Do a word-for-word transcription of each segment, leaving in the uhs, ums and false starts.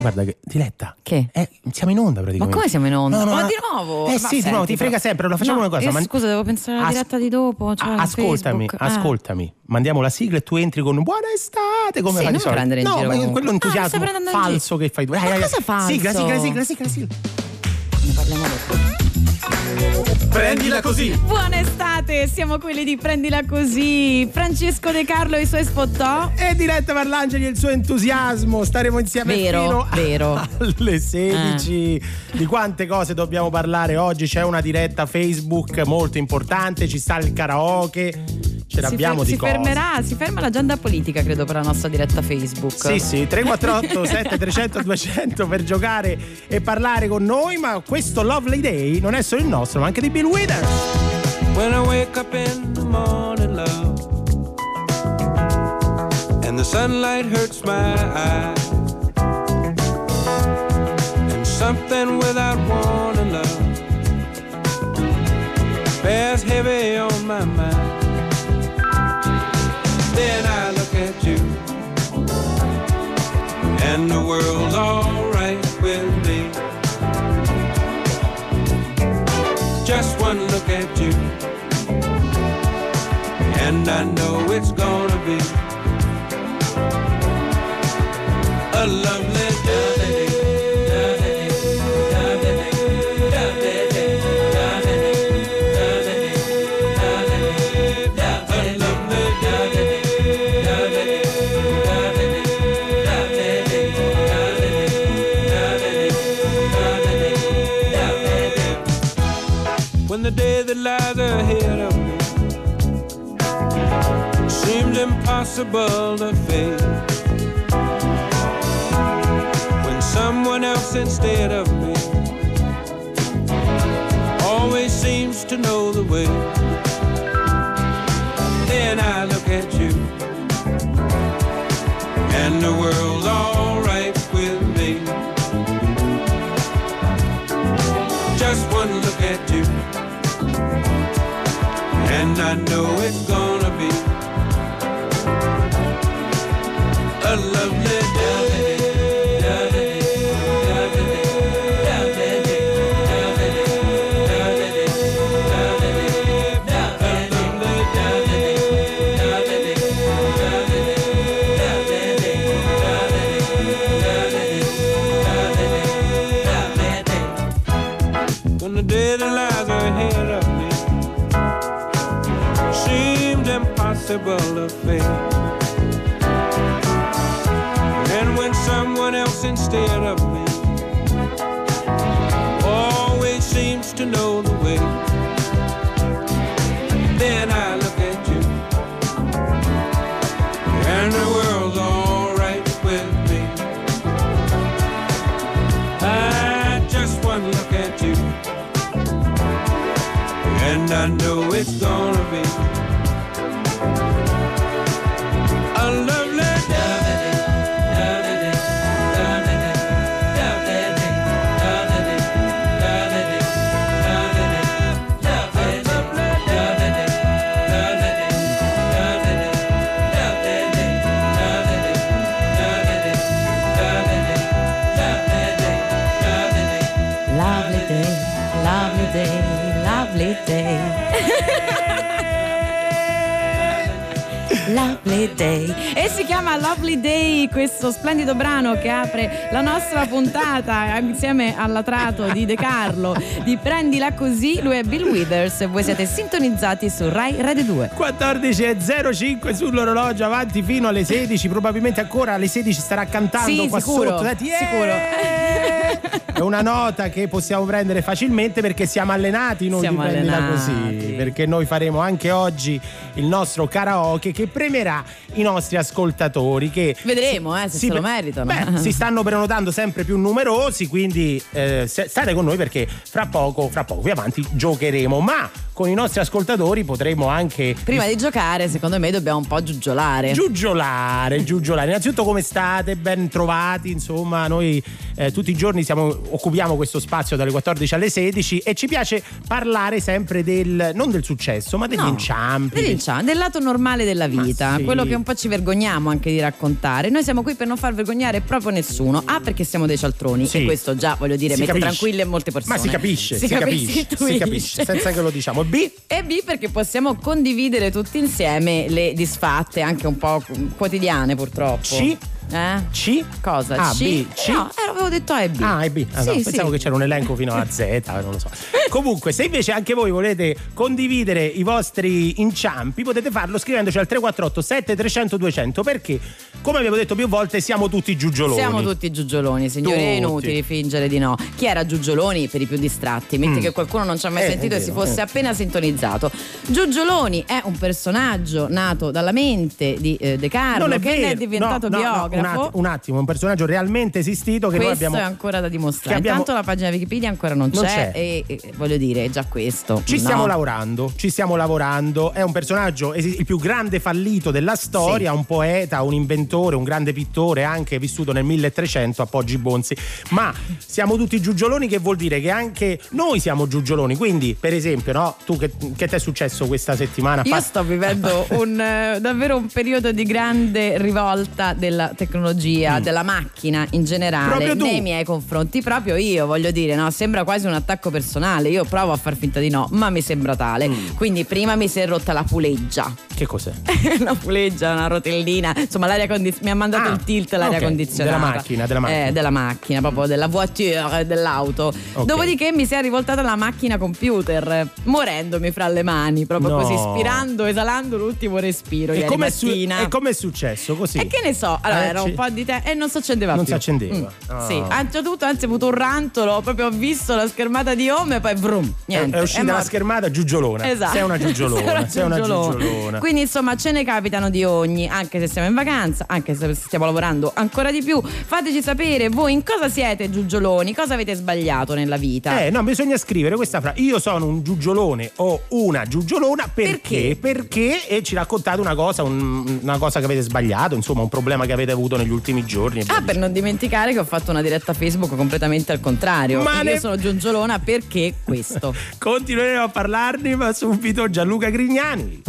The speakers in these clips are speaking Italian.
Guarda che Diletta. Che? Eh, siamo in onda praticamente. Ma come siamo in onda? No, no, ma no. di nuovo? Eh Ma sì, senti, di nuovo, ti frega però. sempre. Allora facciamo No, una cosa. io, man- scusa, devo pensare alla As- diretta di dopo. Cioè Ah, ascoltami, Facebook. Eh. ascoltami. Mandiamo la sigla e tu entri con buona estate. Come Sì, fai non di mi solito? prendere in no, giro ma comunque. quello No, mi entusiasmo stai prendendo in falso che fai tu. Ma Eh, cosa falso? Sigla, sigla, sigla, sigla, sigla. Ne parliamo dopo. Prendila così. Buona estate, siamo quelli di Prendila Così. Francesco De Carlo e i suoi spottò. E Diletta Parlangeli e il suo entusiasmo. Staremo insieme Vero, fino vero. alle sedici. Eh. Di quante cose dobbiamo parlare oggi? C'è una diretta Facebook molto importante, ci sta il karaoke. Ce l'abbiamo si, di si cose. fermerà, si ferma l'agenda politica, credo, per la nostra diretta Facebook. Sì, sì, tre quattro otto sette trecento duecento per giocare e parlare con noi, ma questo Lovely Day non è solo il nostro, ma anche di Bill Withers. When I wake up in the morning, love, and the sunlight hurts my eyes, and something without warning, love, bears heavy on my mind. Then I look at you, and the world's alright with me. Just one look at you, and I know it's gonna be a lovely day. When the day that lies ahead of me seems impossible to face, when someone else instead of me always seems to know the way, then I look at you, and the world's alright with me. Just one look at you, and I know it's gonna be a lovely day. When the day that lies ahead of me seems impossible to face, and when someone else instead of me always seems to know the way, then I look at you, and the world's alright with me. I just one look at you, and I know it's gonna be a lovely day. Lovely day, lovely day, lovely day. Lovely Day. E si chiama Lovely Day questo splendido brano che apre la nostra puntata insieme alla Trato di De Carlo di Prendila Così. Lui è Bill Withers e voi siete sintonizzati su Rai Radio due. quattordici e zero cinque sull'orologio, avanti fino alle sedici, probabilmente ancora alle sedici starà cantando sì, qua sicuro, sotto. Senti, yeah! Sicuro. È una nota che possiamo prendere facilmente perché siamo allenati noi Siamo di Prendila allenati. Così, perché noi faremo anche oggi il nostro karaoke che premierà i nostri ascoltatori che Vedremo eh, se si, se lo meritano. Beh, si stanno prenotando sempre più numerosi, quindi eh, state con noi perché fra poco, fra poco più avanti giocheremo, ma con i nostri ascoltatori potremo anche Prima di giocare, secondo me, dobbiamo un po' giugiolare. Giugiolare, giugiolare. Innanzitutto come state? Ben trovati, insomma, noi eh, tutti i giorni siamo occupiamo questo spazio dalle quattordici alle sedici e ci piace parlare sempre del non del successo, ma degli No, inciampi, degli inciampi, del lato normale della vita, sì. quello che un po' ci vergogniamo anche di raccontare. Noi siamo qui per non far vergognare proprio nessuno. A, perché siamo dei cialtroni, Sì. e questo già, voglio dire, Si mette capisce. tranquille molte persone. ma si capisce, si, capisce, capisce, si si intuisce. capisce, senza che lo diciamo. B, E B, perché possiamo condividere tutti insieme le disfatte, anche un po' quotidiane purtroppo. C, Eh? C, Cosa? A, C? B, C. No, eh, avevo detto A e B. Ah, e B. Ah, Sì, no, sì. pensavo che c'era un elenco fino a Z, non lo so. Comunque, se invece anche voi volete condividere i vostri inciampi, potete farlo scrivendoci al tre quattro otto sette trecento duecento, perché, come abbiamo detto più volte, siamo tutti giugioloni. Siamo tutti giugioloni, signori, è Tutti. inutile fingere di no. Chi era Giugioloni per i più distratti? Metti Mm. che qualcuno non ci ha mai Eh, sentito è e si vero, fosse eh. appena sintonizzato. Giugioloni è un personaggio nato dalla mente di eh, De Carlo, Non è che vero. ne è diventato No, no, no, biografo. un, attimo, un attimo, un personaggio realmente esistito che noi Questo abbiamo. è ancora da dimostrare. che abbiamo- Intanto la pagina Wikipedia ancora non, Non c'è, c'è. E, e voglio dire, è già questo. Ci no? stiamo lavorando, ci stiamo lavorando. È un personaggio esi- il più grande fallito della storia, Sì. un poeta, un inventore, un grande pittore, anche vissuto nel milletrecento a Poggi Bonzi. Ma siamo tutti giugioloni, che vuol dire che anche noi siamo giugioloni. Quindi, per esempio, no, tu che, che ti è successo questa settimana? Io Fa- sto vivendo un, eh, davvero un periodo di grande rivolta della tecnologia, Mm. della macchina in generale, Proprio tu? nei miei confronti. Proprio io, voglio dire, no? Sembra quasi un attacco personale. Io provo a far finta di no, ma mi sembra tale. Mm. Quindi prima mi si è rotta la puleggia. Che cos'è? Una puleggia, una rotellina, insomma l'aria condizionata, mi ha mandato Ah, il tilt, l'aria ok, condizionata della macchina, della macchina. Eh, della macchina, proprio della voiture, dell'auto. Ok. Dopodiché mi si è rivoltata la macchina computer, morendomi fra le mani, proprio No. così, spirando, esalando l'ultimo respiro E ieri come è su- mattina. e come è successo così? E che ne so, allora Eh, era ci- un po' di tempo e non si accendeva Non più. si accendeva. Mm, Ah. Sì, a un certo punto anzi ho avuto un rantolo, proprio ho visto la schermata di home e poi brum, niente. è, è uscita la morto. schermata giugiolona. Esatto. Sei una giugiolona. Sei una giugiolona. giugiolona. Quindi insomma ce ne capitano di ogni, anche se siamo in vacanza, anche se stiamo lavorando ancora di più. Fateci sapere voi in cosa siete giugioloni, cosa avete sbagliato nella vita. Eh no, bisogna scrivere questa frase. Io sono un giugiolone o una giugiolona perché? Perché? Perché e ci raccontate una cosa, un- una cosa che avete sbagliato, insomma, un problema che avete avuto negli ultimi giorni. e via Ah, per non dimenticare che ho fatto una diretta Facebook completamente al contrario. Ma Io ne- sono giugiolona perché questo. Continueremo a parlarne, ma subito Gianluca Grignani.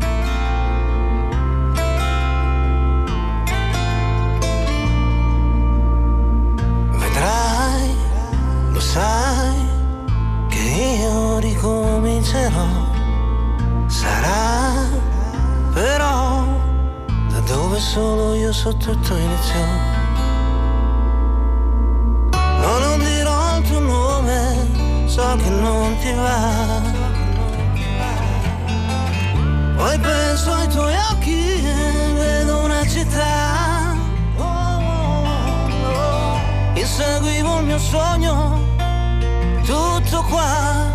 Vedrai, lo sai, che io ricomincerò. Sarà però da dove solo io so tutto iniziò. No, non dirò il tuo nome, so che non ti va. Poi penso ai tuoi occhi e vedo una città. Oh, oh, oh. Inseguivo il mio sogno, tutto qua.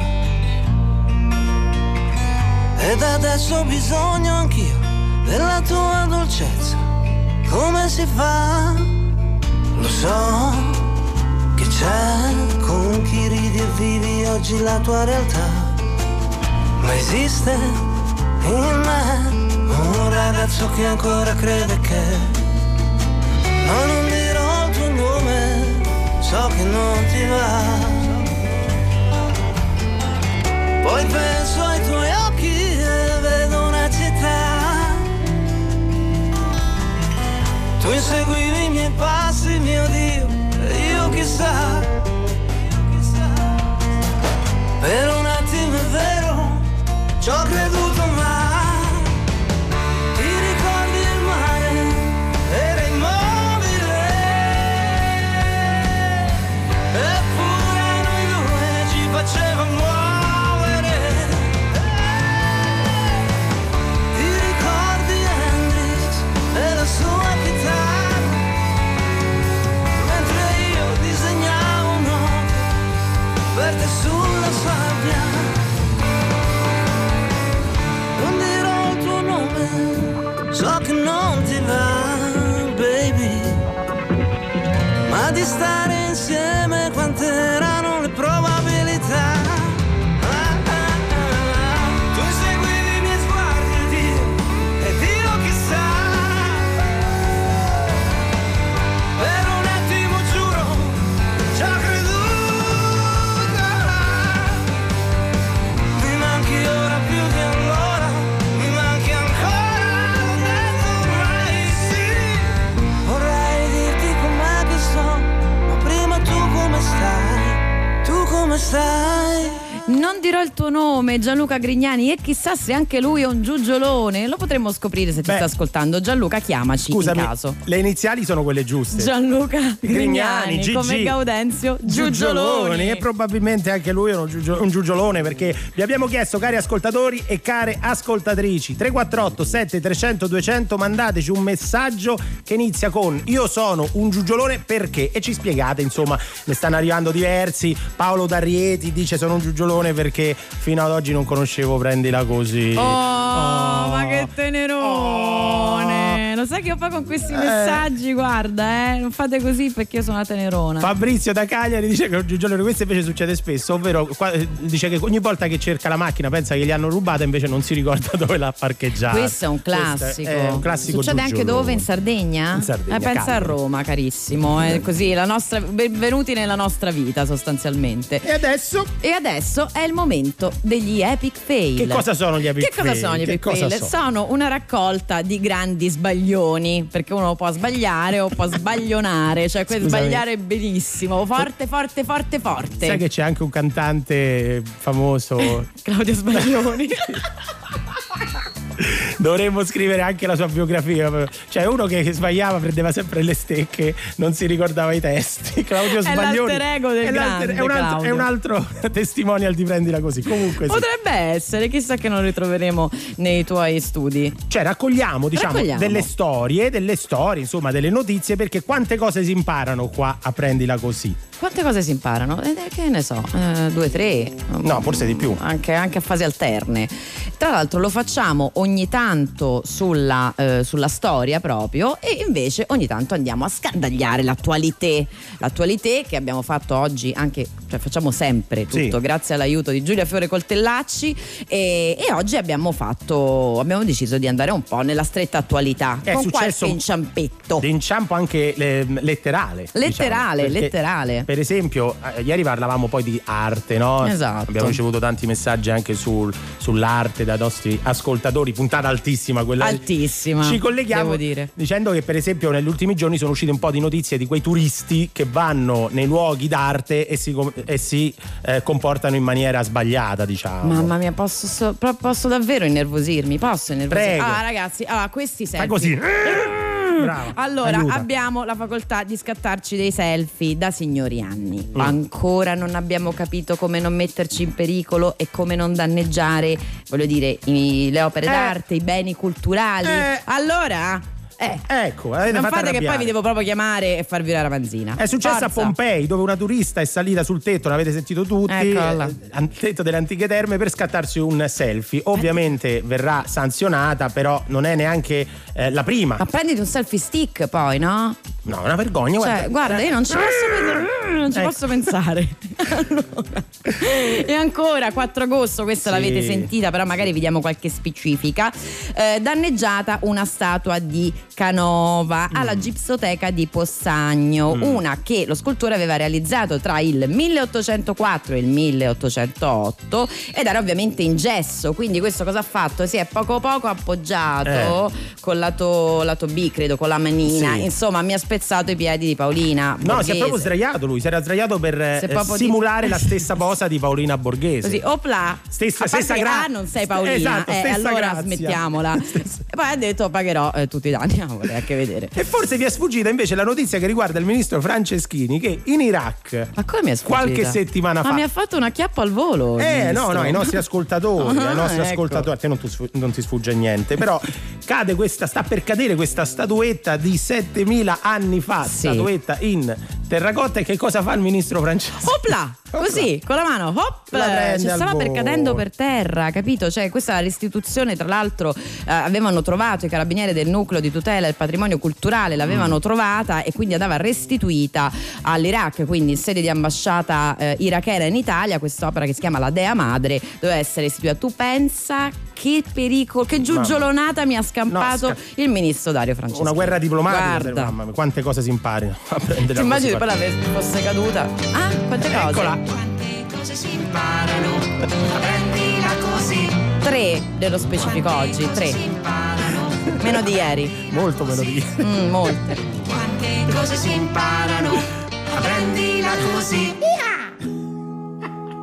Ed adesso ho bisogno anch'io della tua dolcezza. Come si fa? Lo so che c'è con chi ridi e vivi oggi la tua realtà. Ma esiste in me un ragazzo che ancora crede che no, non dirò il tuo nome, so che non ti va. Poi penso ai tuoi occhi e vedo una città. Tu inseguivi i miei passi, mio Dio, e io chissà. Per un attimo è vero, ci ho creduto, ma ti ricordi il mare? Era immobile, eppure noi due ci faceva muovere. Ti ricordi Hendrix e la sua chitarra? Mentre io disegnavo note per te sulla sabbia. Non dirò il tuo nome, so che non ti va, baby, ma di stare insieme quante erano le probabilità. Ah, ah, ah. Tu inseguivi i miei sguardi ed io, ed io chissà. Per un attimo giuro, ci ho creduto. come stai? Non dirò il tuo nome, Gianluca Grignani, e chissà se anche lui è un giugiolone. Lo potremmo scoprire se ti Beh, sta ascoltando. Gianluca, chiamaci scusami, in caso. le iniziali sono quelle giuste. Gianluca Grignani, Grignani, Gigi. come Gaudenzio Giugioloni. E probabilmente anche lui è un, giugio, un giugiolone, perché vi abbiamo chiesto, cari ascoltatori e care ascoltatrici, tre quattro otto sette trecento duecento, mandateci un messaggio che inizia con io sono un giugiolone perché, e ci spiegate, insomma. Ne stanno arrivando diversi. Paolo D'Arrieti dice sono un giugiolone perché fino ad oggi non conoscevo Prendila Così. Oh, Oh. ma che tenerone. Oh. Lo sai che io poi con questi eh. messaggi, guarda, eh, non fate così perché io sono una tenerona. Fabrizio da Cagliari dice che è un giugiolone. Questo invece succede spesso, ovvero qua, dice che ogni volta che cerca la macchina pensa che gli hanno rubata, invece non si ricorda dove l'ha parcheggiata. Questo è un classico. È un classico. Succede giugiolone. anche dove? In Sardegna? In Sardegna, eh, pensa Cagliari. a Roma, carissimo. È così, la nostra, benvenuti nella nostra vita sostanzialmente. E adesso? E adesso è il momento degli epic fail. Che cosa sono gli epic che fail? Che cosa sono gli epic che fail? Sono? sono una raccolta di grandi sbaglioni, perché uno può sbagliare o può sbaglionare, cioè Scusami. sbagliare benissimo, forte, forte, forte, forte. Sai che c'è anche un cantante famoso, Claudio Sbaglioni. Dovremmo scrivere anche la sua biografia. Cioè, uno che sbagliava, prendeva sempre le stecche, non si ricordava i testi. Claudio Sbaglioni è l'alter ego del è, grande è, un altro, Claudio. è un altro testimonial di Prendila Così. Comunque sì. Potrebbe essere, chissà che non ritroveremo nei tuoi studi. Cioè, raccogliamo, diciamo, Raccogliamo. delle storie, delle storie, insomma, delle notizie, perché quante cose si imparano qua a Prendila Così. Quante cose si imparano? Eh, che ne so, eh, due, tre. No, forse di più. Anche, anche a fasi alterne. Tra l'altro lo facciamo ogni tanto sulla, eh, sulla storia proprio, e invece ogni tanto andiamo a scandagliare l'attualità. L'attualità che abbiamo fatto oggi anche, cioè facciamo sempre tutto Sì. grazie all'aiuto di Giulia Fiore Coltellacci, e, e oggi abbiamo fatto, abbiamo deciso di andare un po' nella stretta attualità, È con successo qualche inciampetto. L'inciampo anche eh, letterale. Letterale, diciamo, perché, letterale. Per esempio, eh, ieri parlavamo poi di arte, no? Esatto. Abbiamo ricevuto tanti messaggi anche sul, sull'arte dai nostri ascoltatori, puntata altissima quella. Altissima, Ci colleghiamo devo dire. dicendo che per esempio negli ultimi giorni sono uscite un po' di notizie di quei turisti che vanno nei luoghi d'arte e si, com- e si eh, comportano in maniera sbagliata, diciamo. Mamma mia, posso, so- pro- posso davvero innervosirmi? Posso innervosirmi? Prego. Ah, ragazzi, allora, questi Fai selfie. così. Brava, Allora, aiuta. abbiamo la facoltà di scattarci dei selfie da signori anni. Mm. Ancora non abbiamo capito come non metterci in pericolo e come non danneggiare, voglio dire, i- le opere Eh. d'arte, i beni culturali. Eh. Allora, eh. Ecco, avete non fatto fate che poi arrabbiare. vi devo proprio chiamare e farvi la ramanzina. È successo Forza. a Pompei, dove una turista è salita sul tetto, l'avete sentito tutti, Eccola. eh, al tetto delle antiche terme per scattarsi un selfie. Ovviamente verrà sanzionata, però non è neanche eh, la prima. Ma prenditi un selfie stick poi, no? No, è una vergogna. Cioè, guarda, io non ci posso pensare. Non ci Ecco. posso pensare. Allora. E ancora quattro agosto, questa Sì. l'avete sentita, però magari vi diamo qualche specifica. Eh, danneggiata una statua di Canova Mm. alla Gipsoteca di Possagno, una che lo scultore aveva realizzato tra il milleottocentoquattro e il milleottocentootto ed era ovviamente in gesso, quindi questo cosa ha fatto? Si è poco poco appoggiato col lato, lato B, credo, con la manina, Sì. insomma mi ha spezzato i piedi di Paolina No, si Borghese. è proprio sdraiato lui, si era sdraiato per eh, Si è proprio simulare di- la stessa posa di Paolina Borghese. Così, opla, Stessa- a parte stessa che, gra- ah, non sei st- Paolina, esatto, eh, stessa allora grazia. smettiamola. Stessa- E poi ha detto pagherò eh, tutti i danni, ah, vorrei anche vedere. E forse vi è sfuggita invece la notizia che riguarda il ministro Franceschini, che in Iraq Ma come mi è sfuggita? qualche settimana Ma fa mi ha fatto una chiappa al volo. il Eh no, ministro. no, ai nostri ascoltatori, Ah, ai nostri ecco. ascoltatori, a te non, tu sfu- non ti sfugge niente, però cade questa, sta per cadere questa statuetta di settemila anni fa, Sì. statuetta in terracotta, e che cosa fa il ministro francese? Opla, così, con la mano, hop, La prende cioè, al stava per volo. cadendo per terra, capito? Cioè questa restituzione, tra l'altro eh, avevano trovato i carabinieri del nucleo di tutela del patrimonio culturale, l'avevano Mm. trovata e quindi andava restituita all'Iraq, quindi in sede di ambasciata eh, irachena in Italia. Quest'opera che si chiama La Dea Madre doveva essere restituita. Tu pensa che pericolo, che giugiolonata mi ha scampato No, sca- il ministro Dario Franceschini. Una guerra diplomatica, Guarda. mamma mia, quante cose si imparino a prendere Ti immagini così poi la ve- fosse caduta? Ah, quante cose? Eccola. Quante cose si imparano, prendila così. Tre nello specifico oggi, tre. Si imparano, Meno di ieri. Molto meno di Mm, molte. quante cose si imparano, prendila così.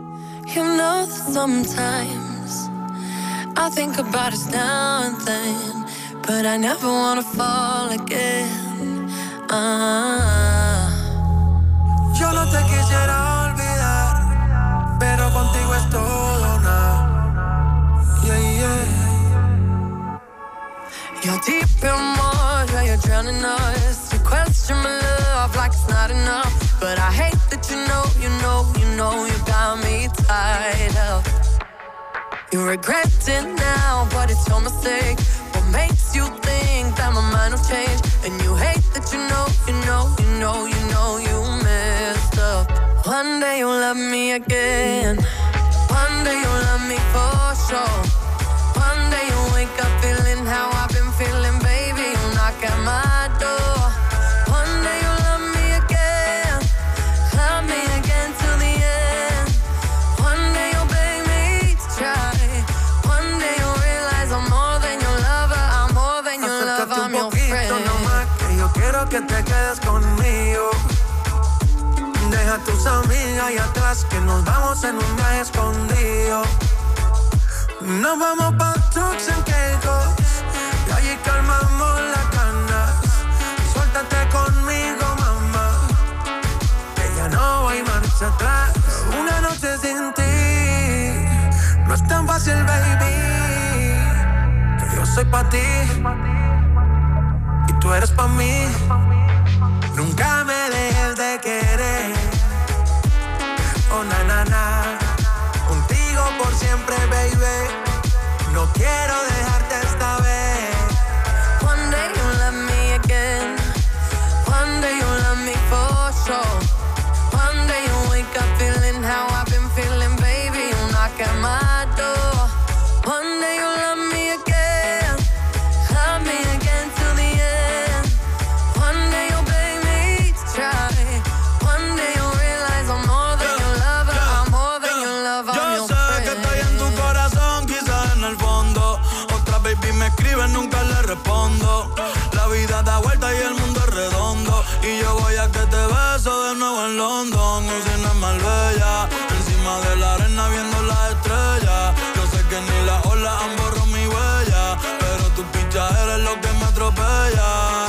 sometimes. I think about us now and then, but I never wanna fall again. Ah. Yo no te quisiera olvidar, pero contigo es todo nada. Yeah, yeah. You're deep in water, you're drowning us. You question my love like it's not enough, but I hate that you know, you know, you know you got me tied up. You regret it now, but it's your mistake. What makes you think that my mind will change? And you hate that you know, you know, you know, you know you messed up. One day you'll love me again. One day you'll love me for sure. One day you'll wake up feeling how I've been feeling, baby. You'll knock at my door. One day you'll love me again. Love me again till the end. One day you'll beg me to try. One day you'll realize I'm more than your lover. I'm more than your lover, I'm your friend. Nomás que yo quiero que te quedes conmigo. Deja tus amigas ahí atrás, que nos vamos en un viaje escondido. Nos vamos pa' Turks and Caicos y allí calmamos las ganas. Suéltate conmigo, mamá, que ya no hay marcha atrás. Una noche sin ti no es tan fácil, baby, que yo soy pa' ti y tú eres pa' mí. Nunca me dejes de querer. Oh, na, na, na. Contigo por siempre, baby. No quiero dejarte esta vez. One day you'll love me again. One day you'll love me for sure. One day you'll wake up feeling how I've been feeling, baby. You'll knock at my door. One day you'll love me again. Love me again till the end. One day you'll beg me to try. One day you'll realize I'm more than your lover. I'm more than your lover, I'm your friend. Yo sé que estoy en tu corazón, quizás en el fondo. Otra baby me escribe, nunca le respondo. La vida da vuelta y el mundo es redondo. Y yo voy a que te beso de nuevo en London. Usina es Marbella, encima de la arena viendo las estrellas. Yo sé que ni las olas han borrado mi huella, pero tu picha eres lo que me atropella.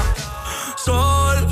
Sol,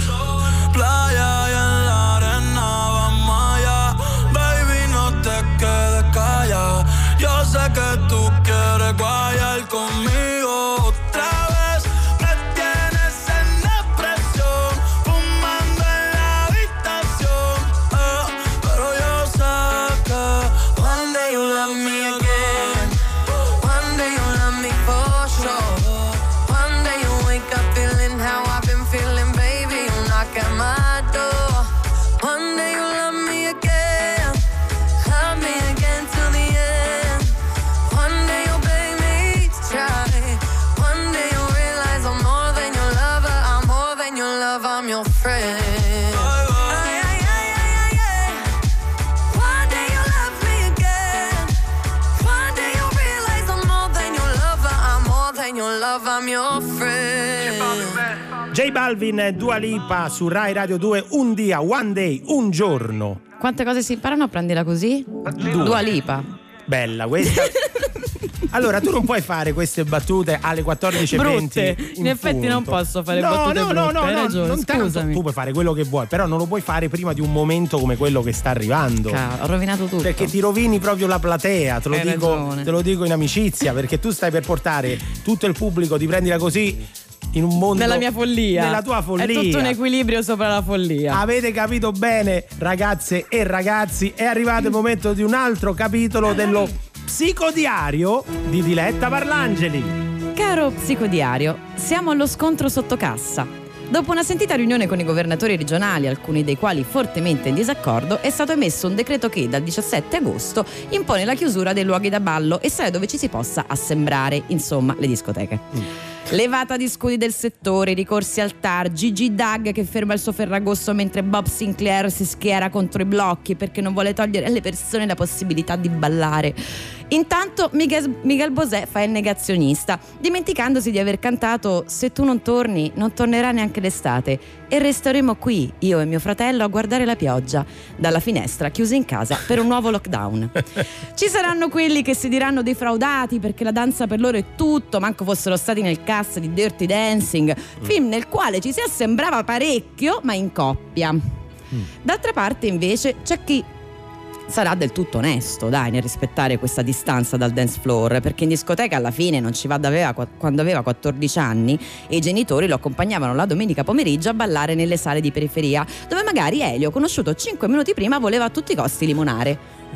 playa y en la arena vamos allá. Baby, no te quedes callada. Yo sé que tú quieres guayar conmigo otra vez. Me tienes en depresión, fumando en la habitación. Oh, pero yo sé que One day you'll love me again. One day you'll love me for sure. One day you'll wake up feeling how I've been feeling, baby. You'll knock at my door. One day you'll love me again. Love me again till the end. One day you'll beg me to try. One day you'll realize I'm more than your lover. I'm more than your lover, I'm your friend. Ay, ay, ay, ay, ay, ay. One day you'll love me again. One day you'll realize I'm more than your lover. I'm more than your lover, I'm your friend. J Balvin e Dua Lipa su Rai Radio due. Un dia, one day, un giorno. Quante cose si imparano a prendila così? Due. Dua Lipa. Bella questa. Allora, tu non puoi fare queste battute alle quattordici e venti. Brutte. In effetti punto. non posso fare no, battute no, brutte, no, no, hai no, ragione, non tanto. scusami. Tu puoi fare quello che vuoi, però non lo puoi fare prima di un momento come quello che sta arrivando. Cavolo, ho rovinato tutto. Perché ti rovini proprio la platea, te lo, Hai dico, ragione. te lo dico in amicizia, perché tu stai per portare tutto il pubblico di Prendila Così in un mondo, nella mia follia. nella tua follia. È tutto un equilibrio sopra la follia. Avete capito bene, ragazze e ragazzi, è arrivato il momento di un altro capitolo dello psicodiario di Diletta Parlangeli. Caro psicodiario, siamo allo scontro sotto cassa. Dopo una sentita riunione con i governatori regionali, alcuni dei quali fortemente in disaccordo, è stato emesso un decreto che dal diciassette agosto impone la chiusura dei luoghi da ballo e sale dove ci si possa assembrare, insomma le discoteche. Mm. Levata di scudi del settore, ricorsi al T A R, Gigi Doug che ferma il suo Ferragosto mentre Bob Sinclair si schiera contro i blocchi perché non vuole togliere alle persone la possibilità di ballare. Intanto Miguel, Miguel Bosé fa il negazionista, dimenticandosi di aver cantato "Se tu non torni, non tornerà neanche l'estate e resteremo qui, io e mio fratello, a guardare la pioggia dalla finestra, chiusi in casa per un nuovo lockdown". Ci saranno quelli che si diranno defraudati perché la danza per loro è tutto, manco fossero stati nel cast di Dirty Dancing, film nel quale ci si assembrava parecchio ma in coppia. D'altra parte invece c'è chi sarà del tutto onesto, dai, nel rispettare questa distanza dal dance floor, perché in discoteca alla fine non ci va da aveva, quando aveva quattordici anni e i genitori lo accompagnavano la domenica pomeriggio a ballare nelle sale di periferia, dove magari Elio, conosciuto cinque minuti prima, voleva a tutti i costi limonare.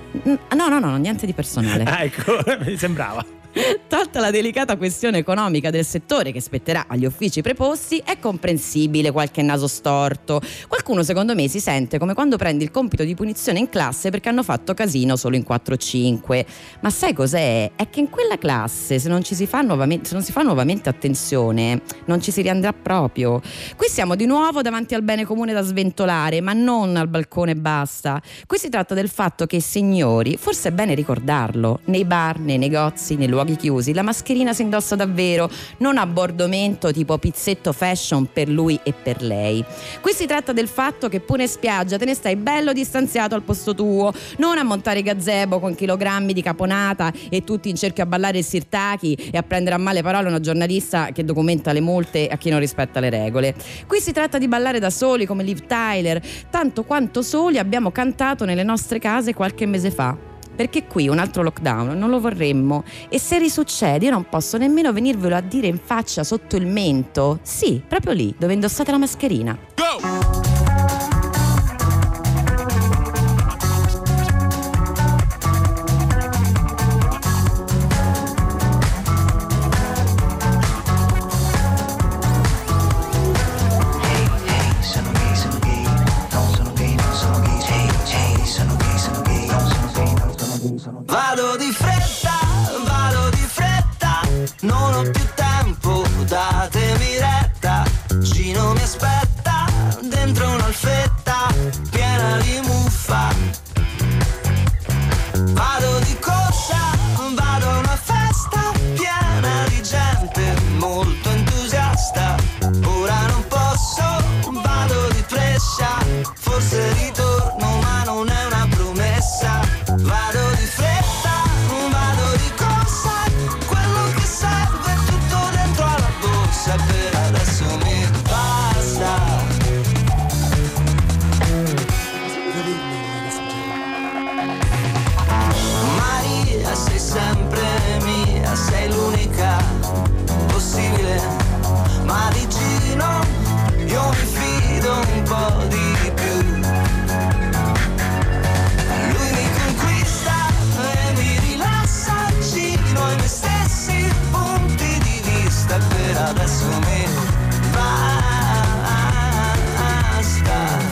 No, no, no, niente di personale. Ah, ecco, mi sembrava. Tolta la delicata questione economica del settore che spetterà agli uffici preposti, è comprensibile qualche naso storto. Qualcuno secondo me si sente come quando prendi il compito di punizione in classe perché hanno fatto casino solo in quattro cinque. Ma sai cos'è? È che in quella classe se non ci si fa nuovamente, se non si fa nuovamente attenzione, non ci si riandrà proprio. Qui siamo di nuovo davanti al bene comune da sventolare, ma non al balcone e basta. Qui si tratta del fatto che, signori, forse è bene ricordarlo, nei bar, nei negozi, nei luoghi chiusi, la mascherina si indossa davvero, non abbordamento tipo pizzetto fashion per lui e per lei. Qui si tratta del fatto che pure in spiaggia te ne stai bello distanziato al posto tuo, non a montare i gazebo con chilogrammi di caponata e tutti in cerchio a ballare il sirtaki e a prendere a male parole una giornalista che documenta le multe a chi non rispetta le regole. Qui si tratta di ballare da soli come Liv Tyler, tanto quanto soli abbiamo cantato nelle nostre case qualche mese fa. Perché qui un altro lockdown non lo vorremmo, e se risuccede io non posso nemmeno venirvelo a dire in faccia sotto il mento. Sì, proprio lì dove indossate la mascherina. Go! Vado di fretta, vado di fretta, non ho più tempo, datemi retta. Gino mi aspetta dentro un'alfetta piena di muffa. Vado di corsa, vado a una festa piena di gente molto entusiasta. Ora non posso, vado di prescia, forse ritorno ma non è una promessa. Vado di fretta, vado di corsa, quello che serve è tutto dentro alla borsa, per adesso mi basta. Maria, sei sempre mia, sei l'unica possibile, ma di Gino io mi fido un po' di più. Lui mi conquista e mi rilassa, Gino ai miei stessi punti di vista, per adesso mi basta.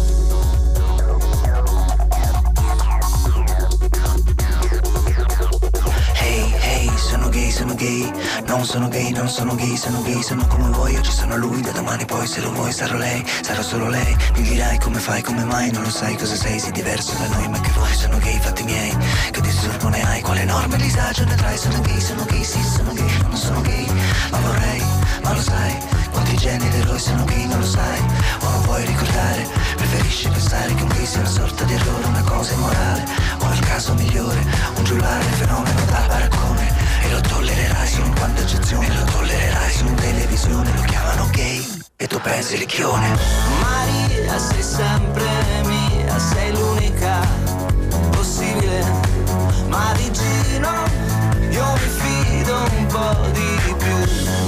Hey, hey, sono gay, sono gay, non sono gay, non sono gay, sono gay, sono come vuoi, io ci sono lui, da domani poi se lo vuoi sarò lei, sarò solo lei, mi dirai come fai, come mai, non lo sai cosa sei, sei diverso da noi, ma che vuoi, sono gay, fatti miei, che disturbo ne hai, quale enorme disagio ne trai, sono gay, sono gay, sì, sono gay, non sono gay, ma vorrei, ma lo sai, quanti generi eroi sono gay, non lo sai, o non vuoi ricordare, preferisci pensare che un gay sia una sorta di errore, una cosa immorale, o nel caso migliore, un giullare, fenomeno dal baraccone, e lo tollererai solo in quanta eccezione, lo tollererai solo in televisione, lo chiamano gay, e tu pensi ricchione. Maria, sei sempre mia, sei l'unica possibile, ma di Gino io mi fido un po' di più.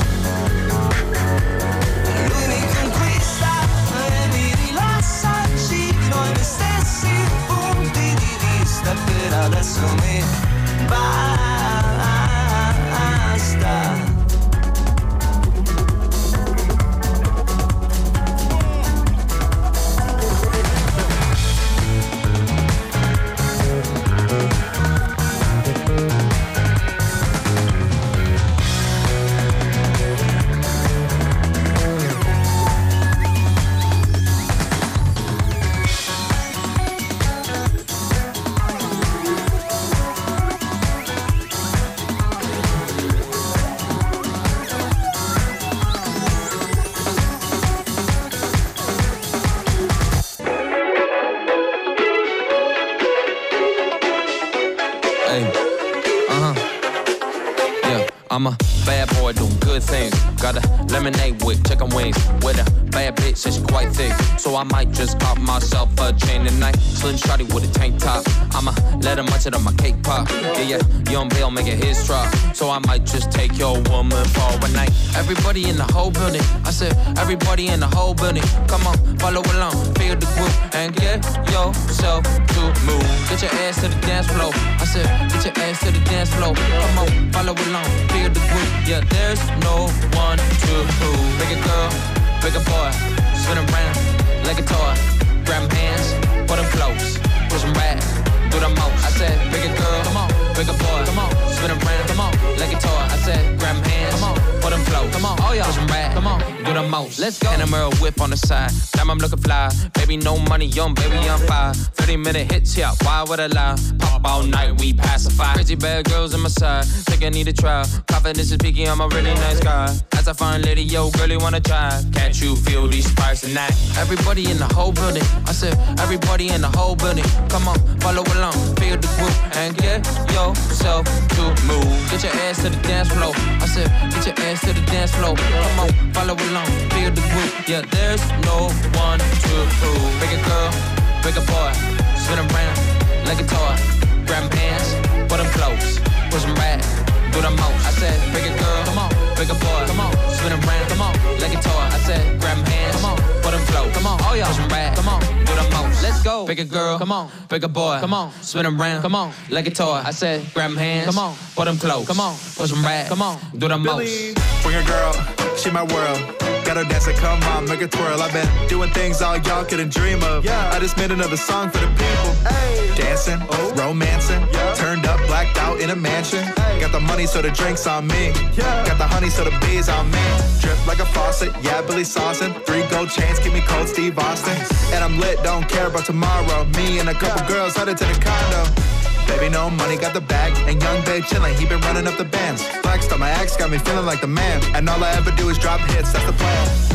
Lui mi conquista e mi rilassa, Gino ai miei stessi punti di vista, per adesso mi basta. I'm a bad boy doing good things. Got a lemonade with chicken wings. With a bad bitch, and she quite thick. So I might just pop myself a chain tonight. Slim shawty with a tank top. I'ma let her munch it on my cake pop. Yeah, yeah, Young Bill making his drop. So I might just take your woman for a night. Everybody in the whole building. I said, everybody in the whole building. Come on, follow along, feel the groove. And get yourself to move. Get your ass to the dance floor. I said, get your ass to the dance floor. Come on, follow along, feel the groove. Yeah, there's no one to prove. Big a girl, big a boy, spin around like a toy. Grab 'em hands, put them close, push 'em back, do the most. I said, big a girl, come on, big a boy, come on, spin around, come on, like a toy. I said, grab 'em hands, come on, put them close, come on, oh yeah, push 'em back, come on, do the most. Let's go. And a mirror whip on the side, damn I'm looking fly. Baby, no money, young baby, I'm fire. thirty minute hits, yeah, why would I lie? Pop all night, we pacify. Crazy bad girls on my side, think I need a try. Confidence is peaky, I'm a really nice guy. As I find lady, yo, girl, you wanna try? Can't you feel these sparks tonight? Everybody in the whole building, I said, everybody in the whole building. Come on, follow along, feel the groove, and get yourself to move. Get your ass to the dance floor. I said, get your ass to the dance floor. Come on, follow along, feel the groove. Yeah, there's no one to prove. Big a girl, big a boy, spin around like a toy. Grab 'em hands, put 'em close, push 'em back, do the most. I said, big a girl, come on, big a boy, come on, spin around, come on, like a toy. I said, grab 'em hands, come on, put 'em close, come on, oh yeah, push 'em back, come on, do the most. Let's go. Big a girl, come on, big a boy, come on, spin around, come on, like a toy. I said, grab 'em hands, come on, put 'em close, come on, push 'em back, come on, do the most. Bring a girl, she my world. Got her dancing, come on, make her twirl. I've been doing things all y'all couldn't dream of. Yeah. I just made another song for the people. Hey. Dancing, oh. romancing, yeah. Turned up, blacked out in a mansion. Hey. Got the money so the drinks on me. Yeah. Got the honey so the bees on me. Drip like a faucet, yeah, Billy Saucin'. Three gold chains keep me cold, Steve Austin. Nice. And I'm lit, don't care about tomorrow. Me and a couple yeah. girls headed to the condo. Baby, no money, got the bag. And young babe chillin', he been running up the bands. Flexed on my ex, got me feeling like the man. And all I ever do is drop hits, that's the plan.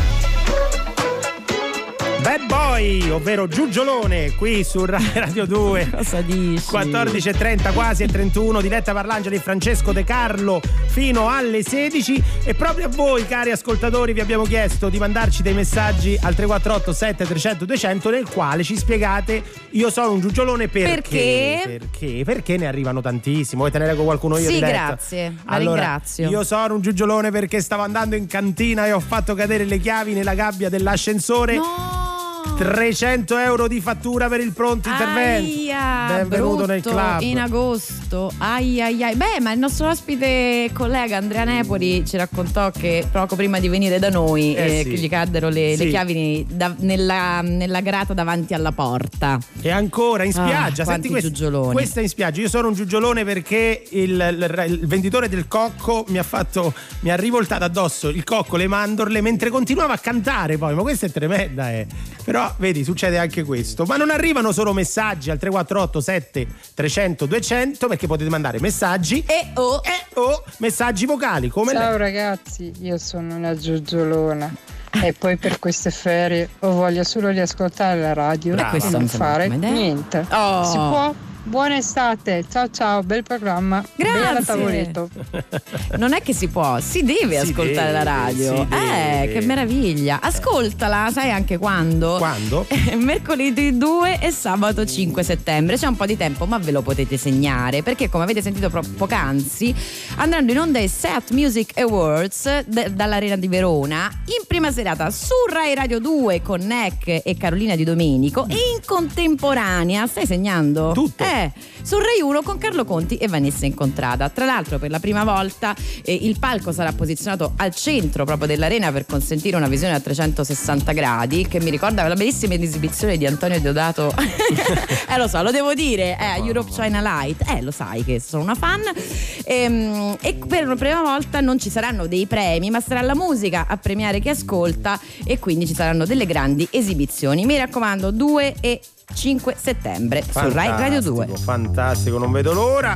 Bad Boy, ovvero Giugiolone, qui su Rai Radio due. Cosa dici? quattordici e trenta, quasi e trentuno, diretta Parlangeli e Francesco De Carlo fino alle sedici. E proprio a voi, cari ascoltatori, vi abbiamo chiesto di mandarci dei messaggi al tre quattro otto sette trecento duecento nel quale ci spiegate io sono un giugiolone perché. Perché? Perché? Perché ne arrivano tantissimi. Vuoi tenere con qualcuno io? Sì, diretta? grazie, la allora, ringrazio. Io sono un giugiolone perché stavo andando in cantina e ho fatto cadere le chiavi nella gabbia dell'ascensore. No! trecento euro di fattura per il pronto intervento. Aia, benvenuto nel club. In agosto. Ai ai ai. Beh, ma il nostro ospite collega Andrea Nepoli ci raccontò che poco prima di venire da noi eh, eh, sì. gli caddero le, sì. le chiavi da, nella, nella grata davanti alla porta. E ancora in spiaggia. Ah, Senti questo, giugioloni. questa in spiaggia. Io sono un giugiolone perché il, il, il venditore del cocco mi ha fatto mi ha rivoltato addosso il cocco, le mandorle mentre continuava a cantare poi. Ma questa è tremenda, eh. Però vedi, succede anche questo. Ma non arrivano solo messaggi al tre quattro otto sette trecento duecento, perché potete mandare messaggi e o e o messaggi vocali come Ciao lei. ragazzi, io sono una giugiolona e poi per queste ferie ho voglia solo di ascoltare la radio Brava. e non fare niente. Oh. Si può? Buona estate, ciao ciao, bel programma. Grazie. Bella tavoletto. Non è che si può, si deve Si ascoltare deve, la radio. si Eh, deve. che meraviglia. Ascoltala, sai anche quando? Quando? Mercoledì due e sabato cinque settembre. C'è un po' di tempo, ma ve lo potete segnare, perché come avete sentito pro- poc'anzi andranno in onda i Seat Music Awards d- dall'Arena di Verona in prima serata su Rai Radio due con Neck e Carolina Di Domenico e in contemporanea, stai segnando? Tutto. Eh, su Rai uno con Carlo Conti e Vanessa Incontrada. Tra l'altro per la prima volta eh, il palco sarà posizionato al centro proprio dell'arena per consentire una visione a trecentosessanta gradi, che mi ricorda la bellissima esibizione di Antonio Deodato eh lo so, lo devo dire, eh, Europe China Light, eh lo sai che sono una fan. Ehm, e per la prima volta non ci saranno dei premi, ma sarà la musica a premiare chi ascolta, e quindi ci saranno delle grandi esibizioni. Mi raccomando, due e cinque settembre Fantastico, su Rai Radio due. Fantastico, non vedo l'ora.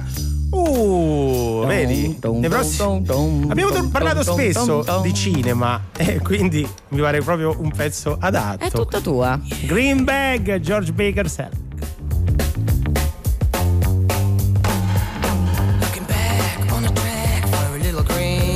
Uh, vedi? Nei prossimi... Abbiamo parlato spesso di cinema e quindi mi pare proprio un pezzo adatto. È tutta tua. Green Bag, George Baker Self. Looking back on the track for a little green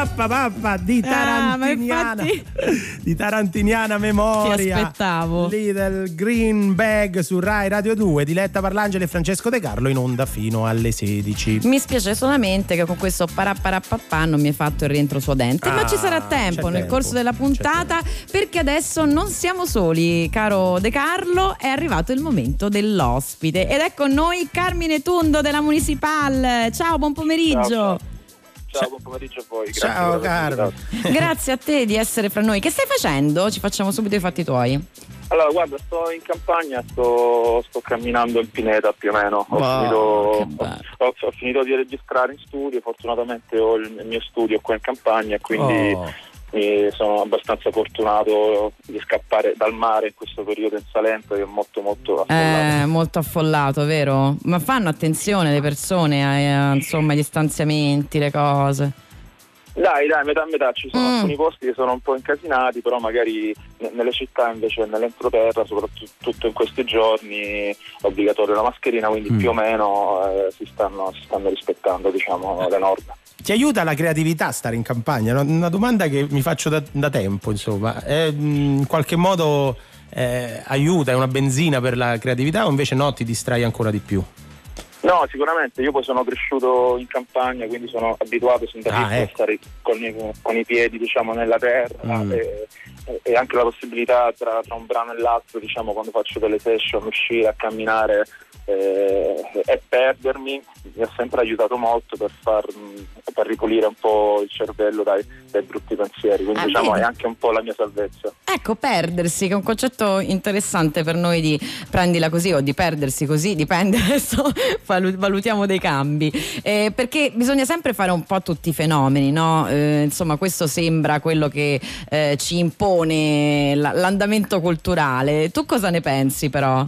Pappa pappa di tarantiniana, ah, di tarantiniana memoria. Ti aspettavo. Little Green Bag su Rai Radio due, Diletta Parlangeli e Francesco De Carlo, in onda fino alle sedici. Mi spiace solamente che con questo parapparapapà non mi hai fatto il rientro suadente, ah, ma ci sarà tempo nel tempo, corso della puntata, perché adesso non siamo soli, caro De Carlo, è arrivato il momento dell'ospite ed è con noi Carmine Tundo della Municipal. Ciao, buon pomeriggio. Ciao, ciao buon pomeriggio a voi. Grazie. Ciao caro. Grazie a te di essere fra noi. Che stai facendo? Ci facciamo subito i fatti tuoi. Allora, guarda, sto in campagna, sto, sto camminando il Pineta più o meno. Ho, wow, finito, ho, ho finito di registrare in studio, fortunatamente ho il, il mio studio qua in campagna e quindi oh. mi sono abbastanza fortunato di scappare dal mare in questo periodo in Salento, che è molto molto affollato. Eh, molto affollato, vero? Ma fanno attenzione le persone a, a, insomma, agli stanziamenti, le cose? Dai, dai, metà metà, ci sono mm. alcuni posti che sono un po' incasinati, però magari nelle città invece nell'entroterra, soprattutto in questi giorni, è obbligatoria la mascherina, quindi mm. più o meno eh, si, stanno, si stanno rispettando, diciamo, le norme. Ti aiuta la creatività stare in campagna? Una, una domanda che mi faccio da, da tempo, insomma. È, in qualche modo eh, aiuta, è una benzina per la creatività o invece no, ti distrai ancora di più? No, sicuramente, io poi sono cresciuto in campagna, quindi sono abituato sin da piccolo ah, ecco. a stare con i, con i piedi, diciamo, nella terra mm. e, e anche la possibilità tra, tra un brano e l'altro, diciamo, quando faccio delle session, uscire a camminare eh, e perdermi mi ha sempre aiutato molto per far per ripulire un po' il cervello dai, dai brutti pensieri, quindi ah, diciamo vedi. È anche un po' la mia salvezza. Ecco, perdersi, che è un concetto interessante per noi di prendila così o di perdersi così, dipende, adesso valutiamo dei cambi, eh, perché bisogna sempre fare un po' tutti i fenomeni, no? Eh, insomma, questo sembra quello che eh, ci impone l- l'andamento culturale. Tu cosa ne pensi però?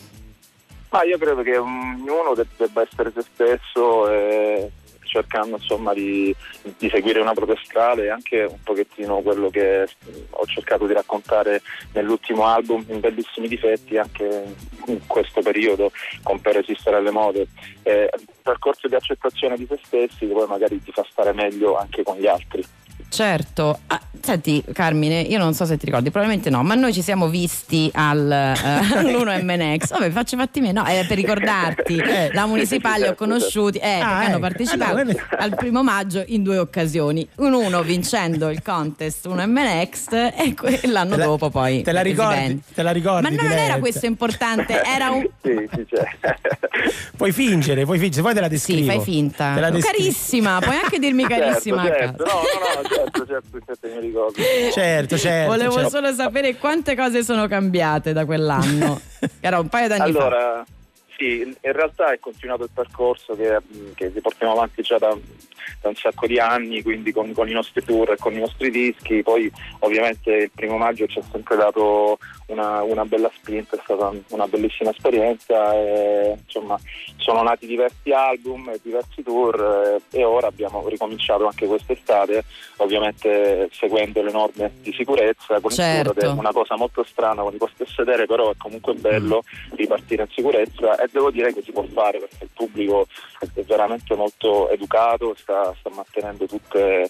Ma io credo che ognuno debba essere se stesso e cercando insomma di, di seguire una propria strada, e anche un pochettino quello che ho cercato di raccontare nell'ultimo album, in bellissimi difetti, anche in questo periodo con Per resistere alle mode, eh, un percorso di accettazione di se stessi che poi magari ti fa stare meglio anche con gli altri. Certo, ah, senti Carmine, io non so se ti ricordi, probabilmente no, ma noi ci siamo visti al uh, all'uno M N X. Vabbè, faccio fatti me, no, eh, per ricordarti, eh, la Municipale ho conosciuti, eh, ah, perché eh. hanno partecipato allora, al primo maggio in due occasioni, un uno vincendo il contest uno M N X e que- l'anno la, dopo poi te la ricordi, te la ricordi? Ma non diretta. Era questo importante, era un sì, sì, cioè. Puoi fingere, puoi fingere, poi te la descrivo. Sì, fai finta. Carissima, puoi anche dirmi carissima. Certo, certo. No, no, no, certo, certo, certo, mi ricordo. Certo, certo. Volevo certo. solo sapere quante cose sono cambiate da quell'anno. Era un paio d'anni allora, fa. Allora, sì, in realtà è continuato il percorso che, che portiamo avanti già da, da un sacco di anni, quindi con, con i nostri tour e con i nostri dischi. Poi ovviamente il primo maggio ci ha sempre dato una, una bella spinta, è stata una bellissima esperienza e, insomma, sono nati diversi album e diversi tour e, e ora abbiamo ricominciato anche quest'estate, ovviamente seguendo le norme di sicurezza con certo. il tour, ed è una cosa molto strana con i posti a sedere, però è comunque bello ripartire in sicurezza e devo dire che si può fare perché il pubblico è veramente molto educato, sta, sta mantenendo tutte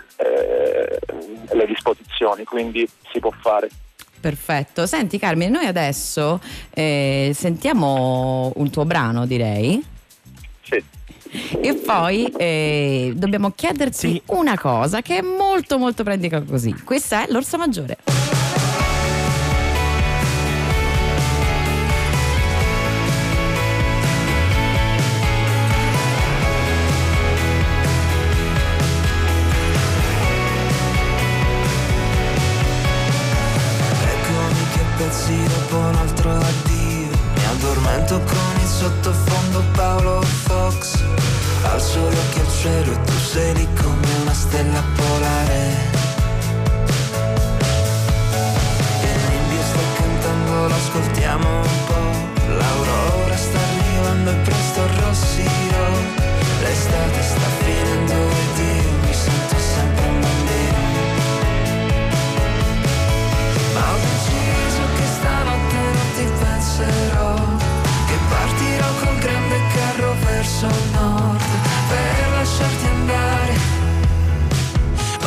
eh, le disposizioni, quindi si può fare. Perfetto. Senti Carmine, noi adesso eh, sentiamo un tuo brano, direi. Sì. E poi eh, dobbiamo chiederti sì. una cosa che è molto molto pratica così. Questa è l'Orsa Maggiore. Dopo un altro addio mi addormento con il sottofondo Paolo Fox, alzo gli occhi al cielo e tu sei lì come una stella polare e il nimbio sta cantando, l'ascoltiamo un po', l'aurora sta arrivando e presto arrossirò, l'estate sta finendo ed io mi sento sempre un bambino, ma ho deciso che stanotte non ti penserò, che partirò col grande carro verso il nord per lasciarti andare,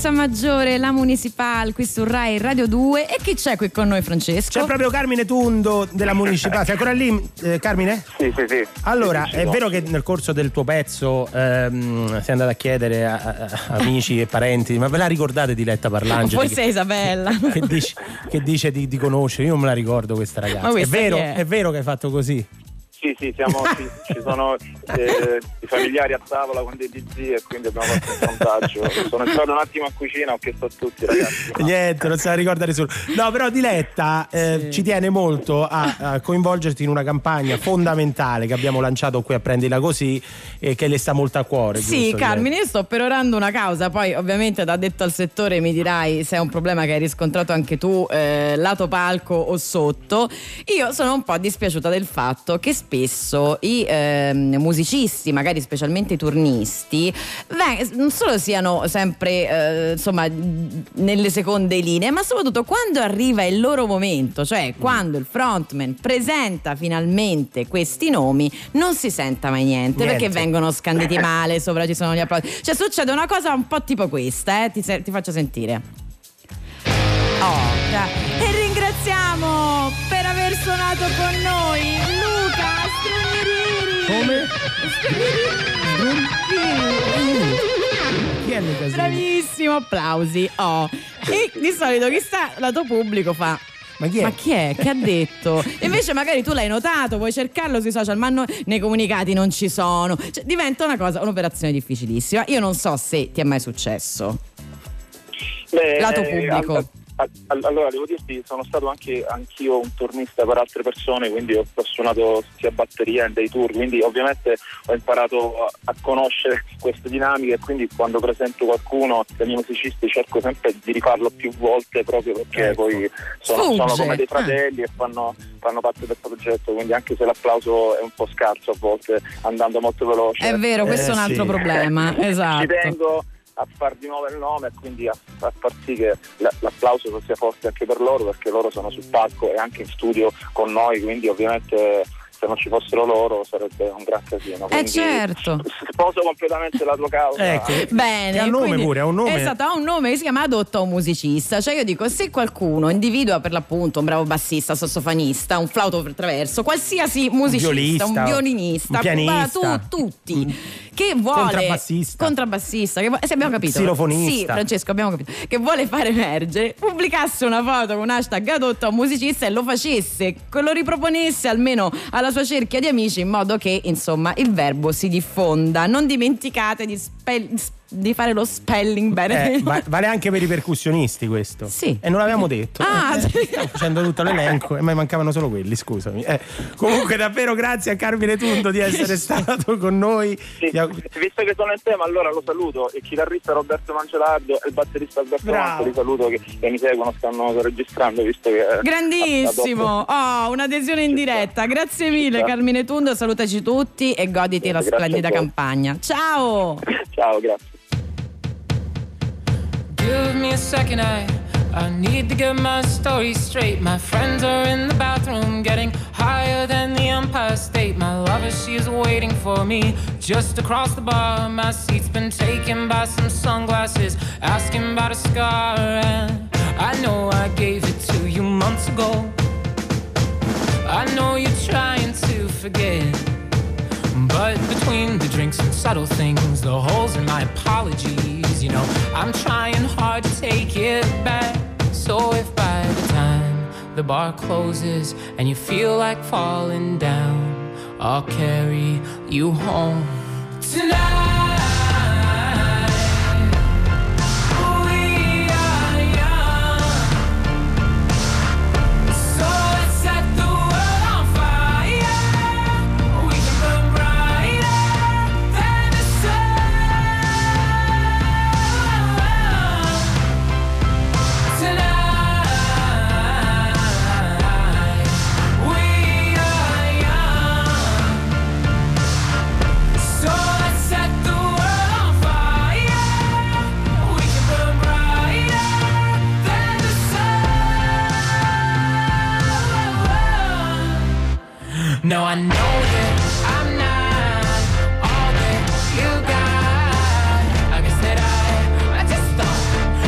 Piazza Maggiore, la Municipal, qui su Rai Radio due. E chi c'è qui con noi, Francesco? C'è proprio Carmine Tundo della Municipal. Sei ancora lì, eh, Carmine? Sì, sì, sì. Allora, sì, sì, è no. vero che nel corso del tuo pezzo ehm, sei andato a chiedere a, a, a amici e parenti, ma ve la ricordate Diletta Parlangeli? Forse che, Isabella. Che dice, che dice di, di conoscere, io non me la ricordo questa ragazza. Ma è, vero, è? è vero che hai fatto così? Sì, sì, siamo, sì, ci sono eh, i familiari a tavola con dei zii e quindi abbiamo fatto un sondaggio. Sono entrato un attimo in cucina, ho chiesto a tutti, ragazzi. Ma... Niente, non se la ricorda nessuno. No, però Diletta eh, sì. ci tiene molto a, a coinvolgerti in una campagna fondamentale che abbiamo lanciato qui a Prendila Così e che le sta molto a cuore. Sì, giusto, Carmine, io sto perorando una causa, poi ovviamente da detto al settore mi dirai se è un problema che hai riscontrato anche tu, eh, lato palco o sotto. Io sono un po' dispiaciuta del fatto che spesso i eh, musicisti, magari specialmente i turnisti, beh, non solo siano sempre eh, insomma nelle seconde linee, ma soprattutto quando arriva il loro momento, cioè quando il frontman presenta finalmente questi nomi, non si senta mai niente, Niente. perché vengono scanditi male, sopra ci sono gli applausi. Cioè succede una cosa un po' tipo questa, eh? ti, ti faccio sentire. Oh, e ringraziamo per aver suonato con noi Luca Strummeriri. Come? Strummeriri. Chi è Luca Strummeriri? Bravissimo, applausi. Oh. E di solito chi sta lato pubblico fa: Ma chi è? Ma chi è? Che ha detto? Invece magari tu l'hai notato, puoi cercarlo sui social, ma no, nei comunicati non ci sono. Cioè, diventa una cosa, un'operazione difficilissima. Io non so se ti è mai successo. Beh, Lato eh, pubblico. al- al- al- allora devo dirti, sono stato anche anch'io un turnista per altre persone, quindi ho, ho suonato sia batteria in dei tour, quindi ovviamente ho imparato a, a conoscere queste dinamiche e quindi quando presento qualcuno dei miei musicisti cerco sempre di rifarlo più volte proprio perché Ecco. poi sono, sono Sfugge. come dei fratelli e fanno, fanno parte del progetto, quindi anche se l'applauso è un po' scarso a volte andando molto veloce. È vero, questo Eh, è un altro sì. problema. Esatto. Ci tengo a far di nuovo il nome e quindi a, a far sì che la, l'applauso sia forte anche per loro, perché loro sono sul palco e anche in studio con noi, quindi ovviamente se non ci fossero loro sarebbe un gran casino. Eh Quindi certo. sposo completamente la tua causa. Ecco. Bene, Che ha un nome quindi- pure, ha un nome. Esatto, ha un nome che si chiama Adotta un musicista. Cioè io dico, se qualcuno individua per l'appunto un bravo bassista, sassofonista, un flauto per traverso, qualsiasi musicista, violista, un violinista, un pianista, guarda, tu, tutti che vuole contrabbassista. contrabbassista che vuole, se abbiamo capito. Xilofonista. Sì, Francesco, abbiamo capito. Che vuole fare emergere, pubblicasse una foto con hashtag Adotta un musicista e lo facesse, che lo riproponesse almeno alla sua cerchia di amici, in modo che insomma il verbo si diffonda. Non dimenticate di, spell- di fare lo spelling bene. Eh, va- vale anche per i percussionisti questo. Sì. E non l'avevamo detto. Ah, Eh, sì. stavo facendo tutto l'elenco e mi mancavano solo quelli, scusami. Eh, comunque davvero grazie a Carmine Tundo di essere stato con noi. Sì, Ti aug- visto che sono in tema, allora lo saluto. Il chitarrista Roberto Mangelardo e il batterista Alberto Bravo. Manzo li saluto che, che mi seguono, stanno registrando, visto che Grandissimo. Oh, un'adesione in diretta. Grazie mille Carmine Tundo, salutaci tutti e goditi la Grazie a splendida voi. campagna. Ciao. Ciao, grazie. Give me a second, I, I need to get my story straight. My friends are in the bathroom getting higher than the Empire State. My lover, she is waiting for me just across the bar. My seat's been taken by some sunglasses, asking about a scar. And I know I gave it to you months ago. I know you're trying to forget, but between the drinks and subtle things, the holes in my apologies, you know, I'm trying hard to take it back. So if by the time the bar closes and you feel like falling down, I'll carry you home tonight. We are young, so let's set the world on fire. We can burn brighter than the sun tonight. We are young, so let's set the world on fire. We can burn brighter than the sun. No, I know that I'm not all that you got. I guess that I, I just don't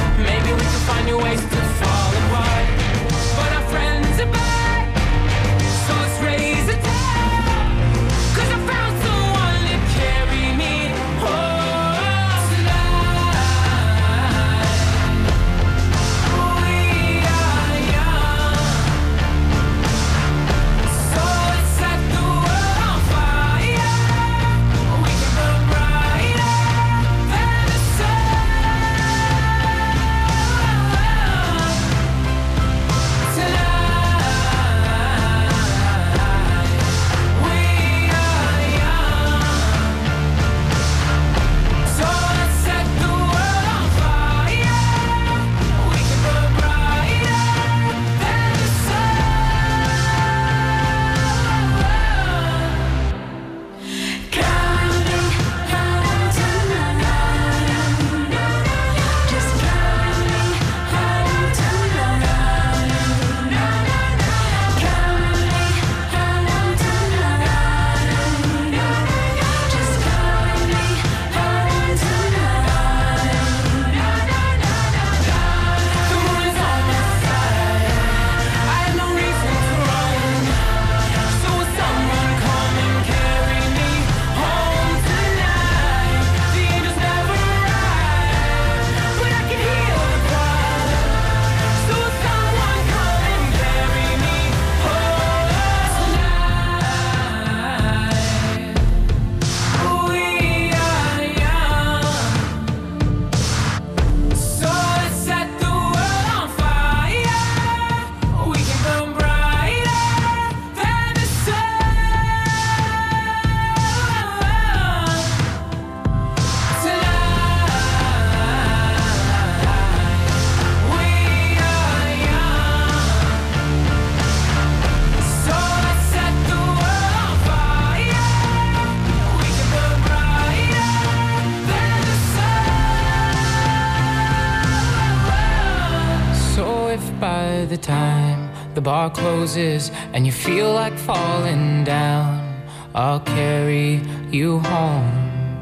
the time the bar closes and you feel like falling down, I'll carry you home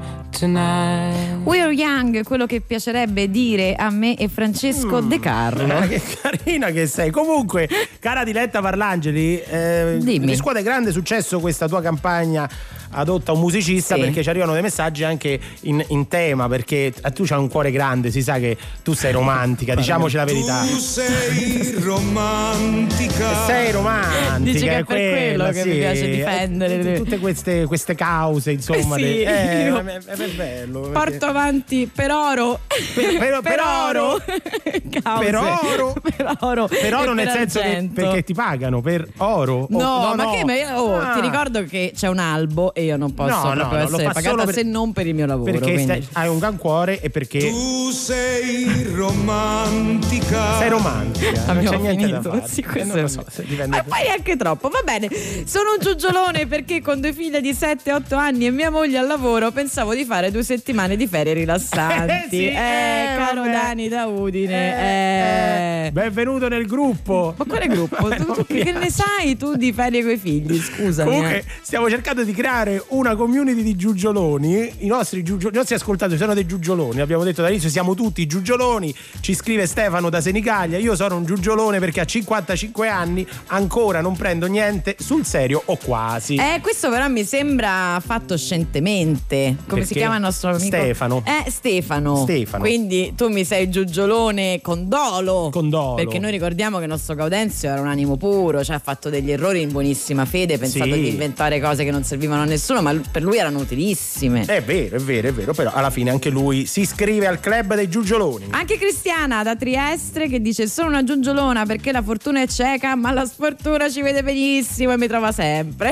tonight. We're Young, quello che piacerebbe dire a me e Francesco mm, De Carlo. Che carina che sei. Comunque, cara Diletta Parlangeli, eh, riscuote grande successo questa tua campagna Adotta un musicista, sì, perché ci arrivano dei messaggi anche in, in tema, perché tu c'hai un cuore grande, si sa che tu sei romantica, diciamoci la verità. Tu sei romantica. Sei romantica. Dici che è per quella, quello che sì, mi piace difendere tutte queste, queste cause, insomma. Eh sì, de, eh, io è, è bello. Porto perché... avanti per oro. Per, per, per, per oro. oro. Per oro. Per oro. Per oro nel per senso che, perché ti pagano per oro. No, oh, no ma no. che ma, oh, ah. ti ricordo che c'è un albo e io non posso no, proprio no, essere pagata per... se non per il mio lavoro. Perché quindi... stai, hai un gran cuore e perché tu sei romantica. Sei romantica. Non c'è niente da fare. Sì, eh, non lo so, ma poi anche troppo. Va bene. Sono un giugiolone perché con due figlie di sette otto anni e mia moglie al lavoro pensavo di fare due settimane di ferie rilassanti. Eh, sì, eh, eh caro vabbè. Dani da Udine. Eh, eh. Benvenuto nel gruppo. Ma quale gruppo? tu, tu, che ne sai tu di ferie coi figli? Scusami. Comunque eh. stiamo cercando di creare una community di giugioloni. I nostri, giugio- i nostri ascoltatori sono dei giugioloni. Abbiamo detto dall'inizio siamo tutti giugioloni. Ci scrive Stefano da Senigallia. Io sono un giugiolone perché a cinquantacinque anni ancora non prendo niente sul serio o quasi. Eh, questo però mi sembra fatto scientemente. Come Perché? si chiama il nostro amico? Stefano. Eh, Stefano. Stefano. Quindi tu mi sei giugiolone con dolo. Con dolo. Perché noi ricordiamo che il nostro Gaudenzio era un animo puro, cioè ha fatto degli errori in buonissima fede, pensato Sì. di inventare cose che non servivano a nessuno, ma per lui erano utilissime. È vero, è vero, è vero, però alla fine anche lui si iscrive al club dei giugioloni. Anche Cristiana da Trieste che dice: sono una giugiolona perché la fortuna è cieca ma la sfortuna ci vede benissimo e mi trova sempre.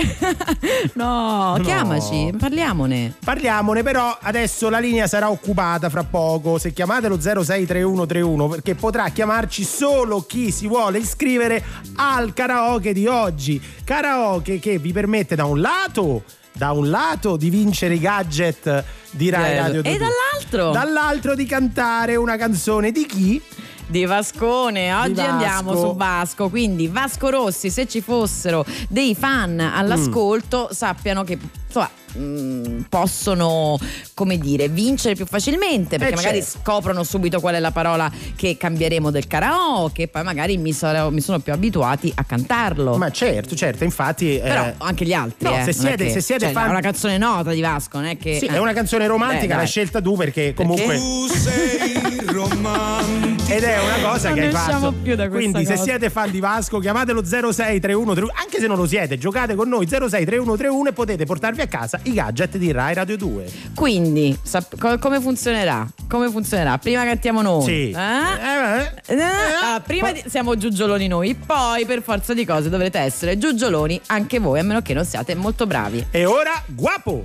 no, No. chiamaci, parliamone. Parliamone, però adesso la linea sarà occupata fra poco. Se chiamate lo zero sei tre uno tre uno, perché potrà chiamarci solo chi si vuole iscrivere al karaoke di oggi. Karaoke che vi permette da un lato da un lato di vincere i gadget di Rai Radio due E dall'altro? Dall'altro di cantare una canzone di chi? Di Vascone. Oggi Di Vasco. andiamo su Vasco, quindi Vasco Rossi, se ci fossero dei fan all'ascolto mm. sappiano che insomma, mh, possono, come dire, vincere più facilmente, perché eh magari certo. scoprono subito qual è la parola che cambieremo del karaoke e poi magari mi, sono, mi sono più abituati a cantarlo. Ma certo, certo, infatti però eh, anche gli altri no, eh, se non è siete, che- se siete cioè, fan è una canzone nota di Vasco, non è che sì, eh. è una canzone romantica, Beh, l'hai dai. scelta tu perché comunque Tu sei romantica. ed è una cosa Non che ne hai usciamo fatto. più da questa Quindi se cosa. siete fan di Vasco chiamatelo zero sei tre uno tre uno, anche se non lo siete giocate con noi zero sei tre uno tre uno e potete portarvi a casa i gadget di Rai Radio due. Quindi sap- co- come funzionerà? Come funzionerà? Prima cantiamo noi. Sì. Eh? Eh, Eh, ah, prima di- siamo giugioloni noi, poi per forza di cose dovrete essere giugioloni anche voi, a meno che non siate molto bravi. E ora guapo.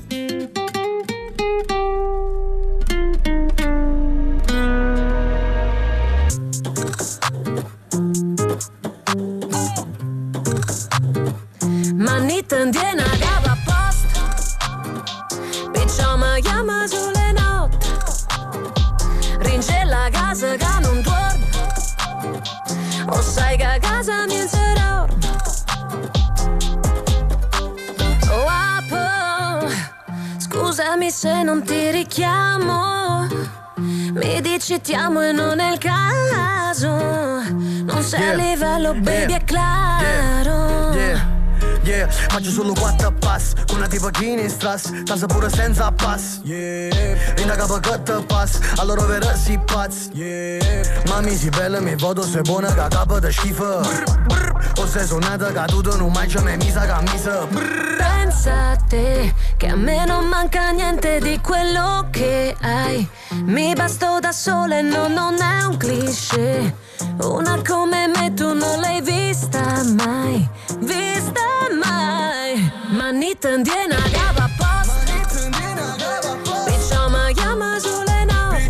Manita indiena cava post, picciò mi chiama sulle notti, ringe la casa che non dorme, o sai che a casa mi inserò. Guapo, scusami se non ti richiamo, mi dici ti amo e non è il caso, non sei Yeah. a livello baby Yeah. è claro. Yeah, yeah, faccio solo quattro pass con una tipa che in stress, casa pure senza pass. Yeah, rinda capa che te pass, allora verrà si pazz. Yeah, mami si bella, mi voto sei buona che capa da schifo. O sei suonata che tu non mangi me misa camisa. Pensa a te che a me non manca niente di quello che hai. Mi basto da sola e no, non è un cliché. Una come me tu non l'hai vista mai, vista mai. Manita indiena cava post, picciò mi chiama sulle notti,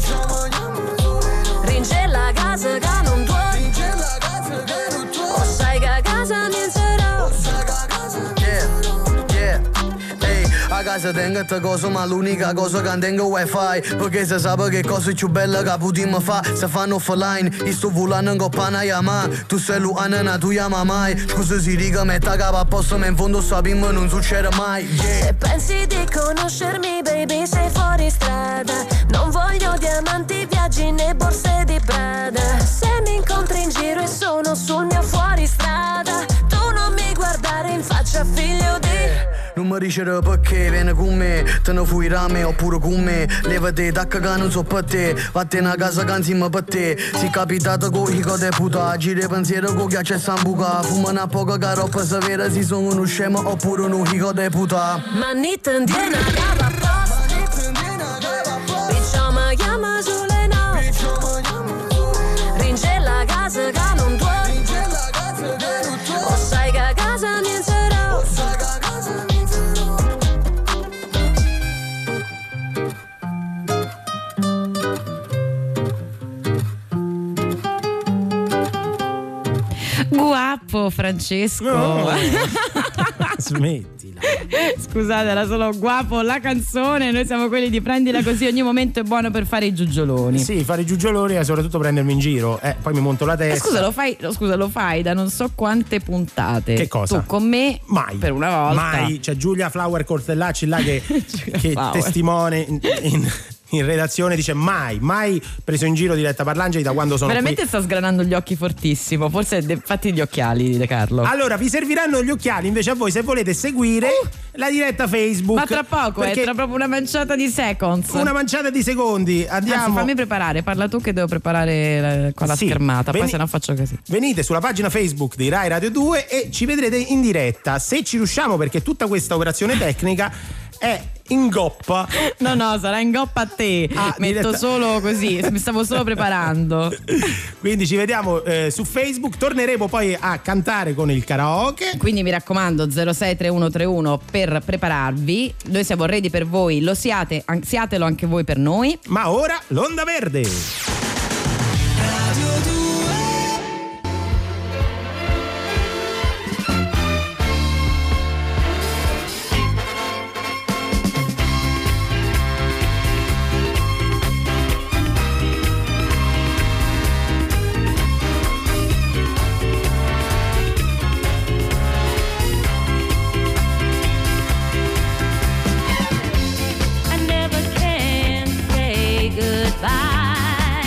ringe la casa che non duole, o sai che a casa mi inserò. Yeah, yeah, hey, I got casa tengo te cosa, ma l'unica cosa che tengo è wifi. Perché se sape che cosa più bella che potremmo fa, se fanno offline, io sto volando in coppana chiama. Tu sei l'uana, tu chiama mai. Scusa si dica metà capo a posto, ma in fondo sappiamo non succede mai, yeah. Se pensi di conoscermi, baby, sei fuori strada. Non voglio diamanti, viaggi né borse di Prada. Se mi incontri in giro e sono sul mio fuoristrada, tu non mi guardare in faccia, figlio di... Non mi dicere perché vieni con me, te ne fui rame oppure con me. Levati tacca che non so per te, vattene a casa che insieme per te. Si capitato con i code puta, giri pensiero con ghiaccio e sambuca. Fuma una poca che roba severa, si sono uno scemo oppure uno hico de puta. Ma ni te ndiena cava apposta, piccio mi chiama sulle no, ringe la casa che non tuoi, o sai che a casa mi inserò. Guapo Francesco. No. Smettila. Scusate, era solo guapo la canzone. Noi siamo quelli di prendila così, ogni momento è buono per fare i giugioloni. Sì, fare i giugioloni e soprattutto prendermi in giro. Eh, poi mi monto la testa. Eh, scusa, lo fai, scusa, lo fai da non so quante puntate. Che cosa? Tu con me mai. Per una volta. Mai. C'è Giulia Flower Cortellacci là che, che testimone in, in in redazione, dice mai, mai preso in giro Diletta Parlangeli da quando sono veramente qui. Sta sgranando gli occhi fortissimo, forse de- fatti gli occhiali De Carlo. Allora vi serviranno gli occhiali invece a voi se volete seguire uh, la diretta Facebook. Ma tra poco, è tra proprio una manciata di seconds. Una manciata di secondi. Andiamo. Anzi, fammi preparare, parla tu che devo preparare la, con la sì, schermata, veni- poi se no faccio così. Venite sulla pagina Facebook di Rai Radio due e ci vedrete in diretta, se ci riusciamo, perché tutta questa operazione tecnica è in goppa. No, no, sarà in goppa a te. Ah, metto diretta... solo così, mi stavo solo preparando. Quindi ci vediamo eh, su Facebook. Torneremo poi a cantare con il karaoke. Quindi mi raccomando, zero sei tre uno tre uno per prepararvi. Noi siamo ready per voi, lo siate, an- siatelo anche voi per noi. Ma ora l'onda verde. Radio due. Bye.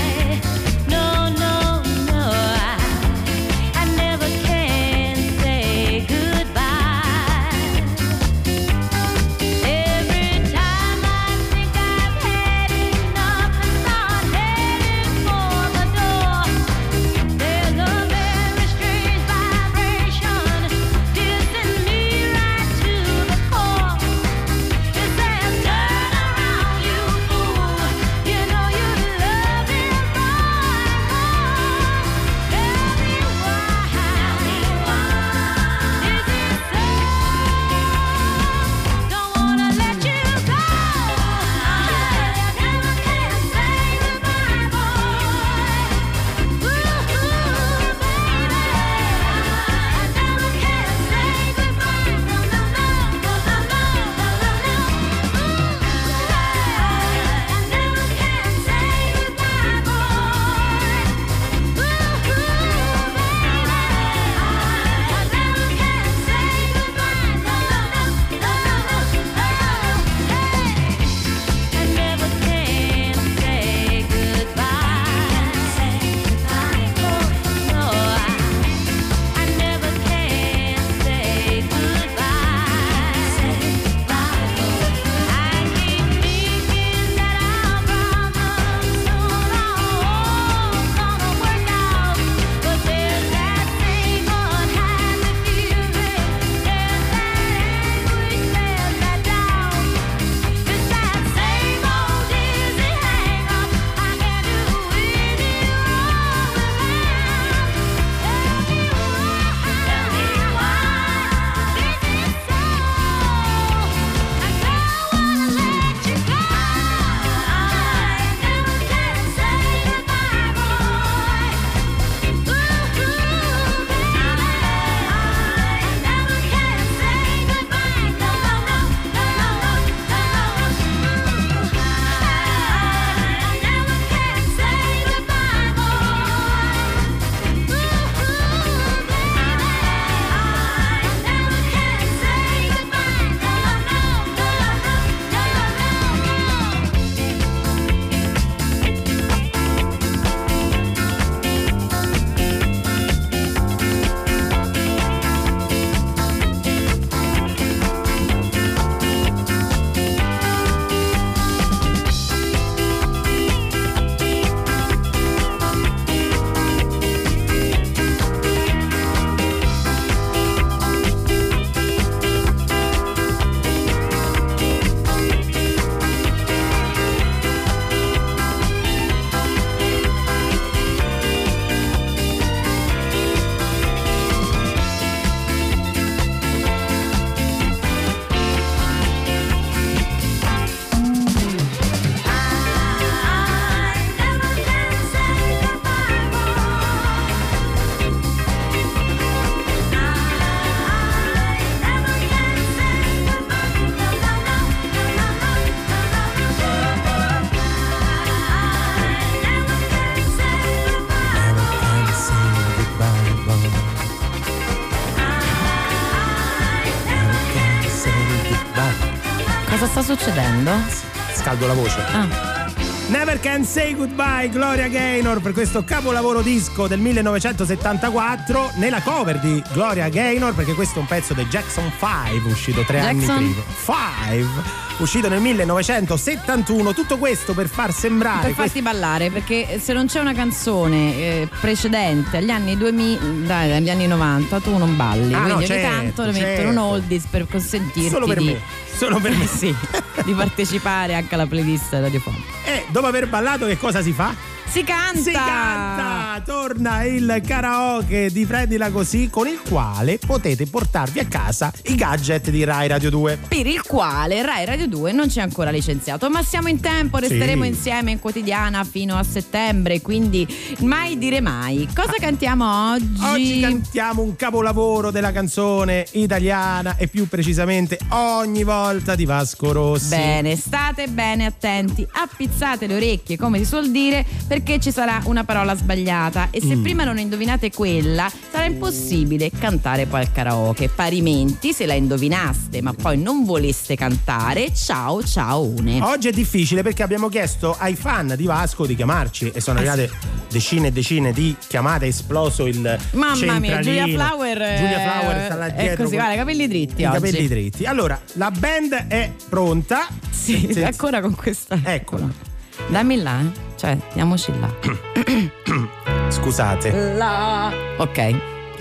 Cosa sta succedendo? Scaldo la voce. Ah. Never Can Say Goodbye, Gloria Gaynor, per questo capolavoro disco del millenovecentosettantaquattro, nella cover di Gloria Gaynor, perché questo è un pezzo dei Jackson five, uscito tre Jackson? anni prima. Five, uscito nel millenovecentosettantuno. Tutto questo per far sembrare Per farti ballare, perché se non c'è una canzone eh, precedente agli anni duemila, dai, agli anni novanta, tu non balli. Ah, quindi no, ogni certo, tanto le certo. mettono un oldies per consentirti Solo per di, me, solo per me. sì, di partecipare anche alla playlist radiofonica. E dopo aver ballato che cosa si fa? Si canta! Si canta! Torna il karaoke di Prendila Così, con il quale potete portarvi a casa i gadget di Rai Radio due. Per il quale Rai Radio due non c'è ancora licenziato, ma siamo in tempo, resteremo Sì. insieme in quotidiana fino a settembre, quindi mai dire mai. Cosa cantiamo oggi? Oggi cantiamo un capolavoro della canzone italiana e più precisamente Ogni volta di Vasco Rossi. Bene, state bene attenti, appizzate le orecchie, come si suol dire, perché ci sarà una parola sbagliata e se Mm. prima non indovinate quella sarà impossibile cantare poi al karaoke. Parimenti, se la indovinaste ma poi non voleste cantare, ciao ciao une. Oggi è difficile perché abbiamo chiesto ai fan di Vasco di chiamarci e sono arrivate decine e decine di chiamate, è esploso il Mamma mia, centralino. Giulia Flower, Giulia Flower sta là è dietro così, con guarda, capelli dritti i oggi. capelli dritti. Allora, la band è pronta. Sì, Senza- ancora con questa. Eccola. Dammi là, eh. Cioè, diamoci là. Scusate. Là. Ok.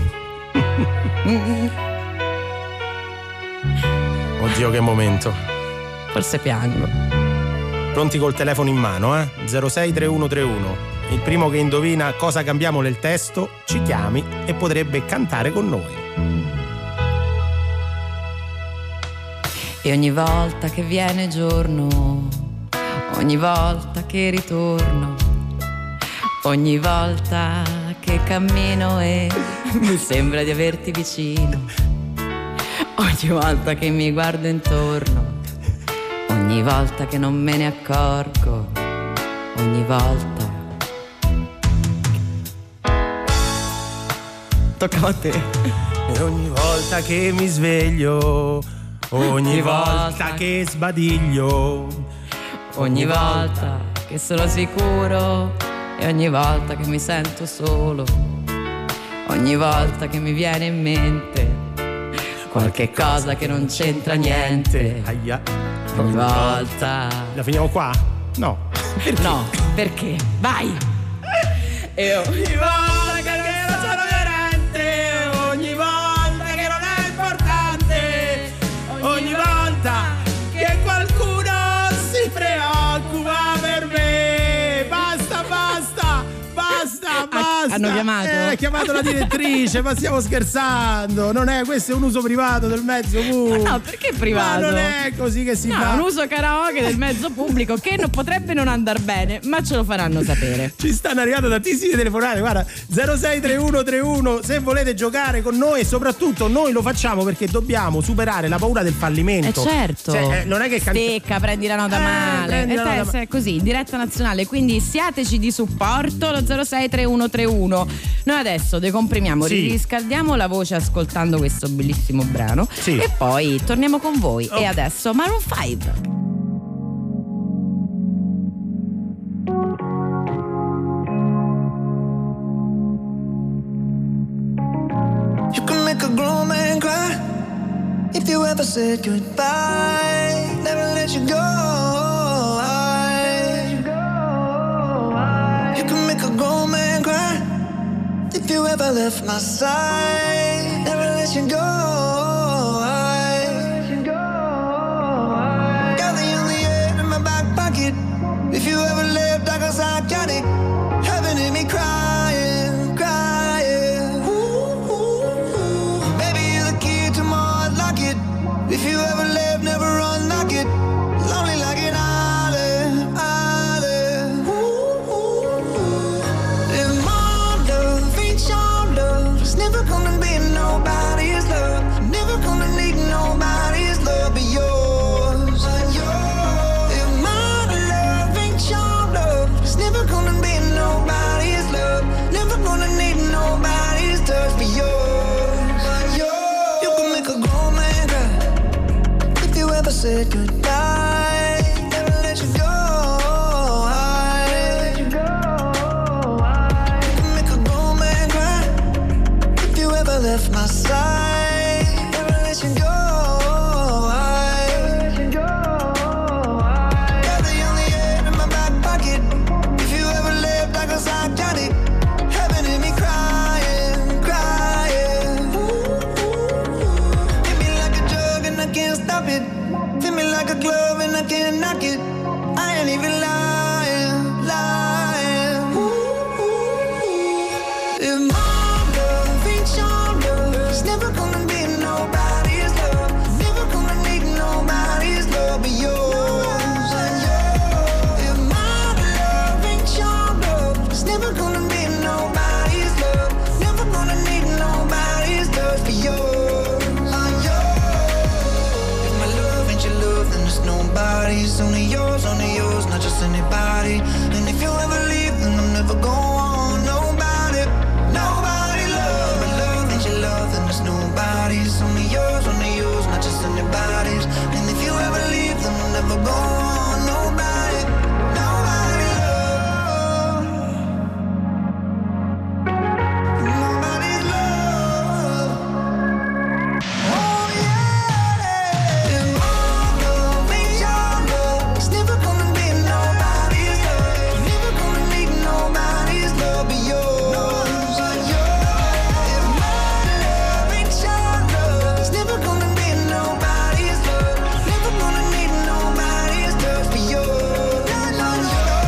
Oddio che momento. Forse piango. Pronti col telefono in mano, eh? zero sei tre uno tre uno. Il primo che indovina cosa cambiamo nel testo ci chiami e potrebbe cantare con noi. E ogni volta che viene giorno, ogni volta che ritorno, ogni volta che cammino e mi sembra di averti vicino, ogni volta che mi guardo intorno, ogni volta che non me ne accorgo, ogni volta. Tocca a te. E ogni volta che mi sveglio, ogni volta che sbadiglio, Ogni volta che sono sicuro e ogni volta che mi sento solo, ogni volta che mi viene in mente qualche cosa che non c'entra niente, Aia. ogni volta. La finiamo qua? No. Perché? No, perché? Vai! E ogni volta che non sono veramente, ogni volta che non è importante, ogni volta che qualcuno si preoccupa per me. Basta, basta, basta, basta. Hanno chiamato? Eh, ha chiamato la direttrice, ma stiamo scherzando. Non è, questo è un uso privato del mezzo pubblico. Ma no, perché privato? Ma non è così che si No, fa. un uso karaoke del mezzo pubblico che non potrebbe non andar bene, ma ce lo faranno sapere. Ci stanno arrivando tantissime telefonate, guarda, zero sei tre uno tre uno se volete giocare con noi, e soprattutto noi lo facciamo perché dobbiamo superare la paura del fallimento. Eh certo. Cioè, eh, non è che can- Stecca, prendi la nota Eh, male. prendi E la te nota sei così, in diretta nazionale, quindi siateci di supporto, lo zero sei tre uno tre uno. Noi adesso decomprimiamo, Sì. riscaldiamo la voce ascoltando questo bellissimo brano Sì. e poi torniamo con voi. Oh. E adesso Maroon cinque. You can make a grown man cry if you ever said goodbye. Never let you go. You can make a grown man cry if you ever left my side. Never let you go. Got the only air in my back pocket. If you ever lived like a psychotic, heaven in me crying, crying. Ooh, ooh, ooh. Baby, you're the key to my heart, lock it. If you ever live, never unlock it. Lonely like an island, island. Ooh, ooh, ooh. And my love ain't your love. It's never gonna be nobody's love. Never gonna need nobody's love but yours. And my love ain't your love. It's never gonna be nobody's love. Never gonna need nobody's touch but yours. You can make a grown man cry if you ever said goodbye. it. Fit me like a glove and I can't knock it. I ain't even lying, lying. Ooh, ooh, ooh. If my love ain't your love, it's never gonna be nobody's love. Never gonna need nobody's love but yours. If my love ain't your love, it's never gonna be nobody's love. Never gonna need nobody's love but yours. If my love ain't your love, then it's nobody's. Only yours, only yours, not just anybody. And if you ever leave, then I'm never going. Nobody, nobody love. If my love ain't your love, then it's nobody's. Only yours, only yours, not just anybody's. And if you ever leave, then I'm never going. Nobody, nobody love. Nobody's love. Oh yeah. If my love ain't your love, it's never gonna be nobody's love. Never gonna need nobody's love but yours. If my love ain't your love, it's never gonna be nobody's love. Never gonna need nobody's love but yours. My love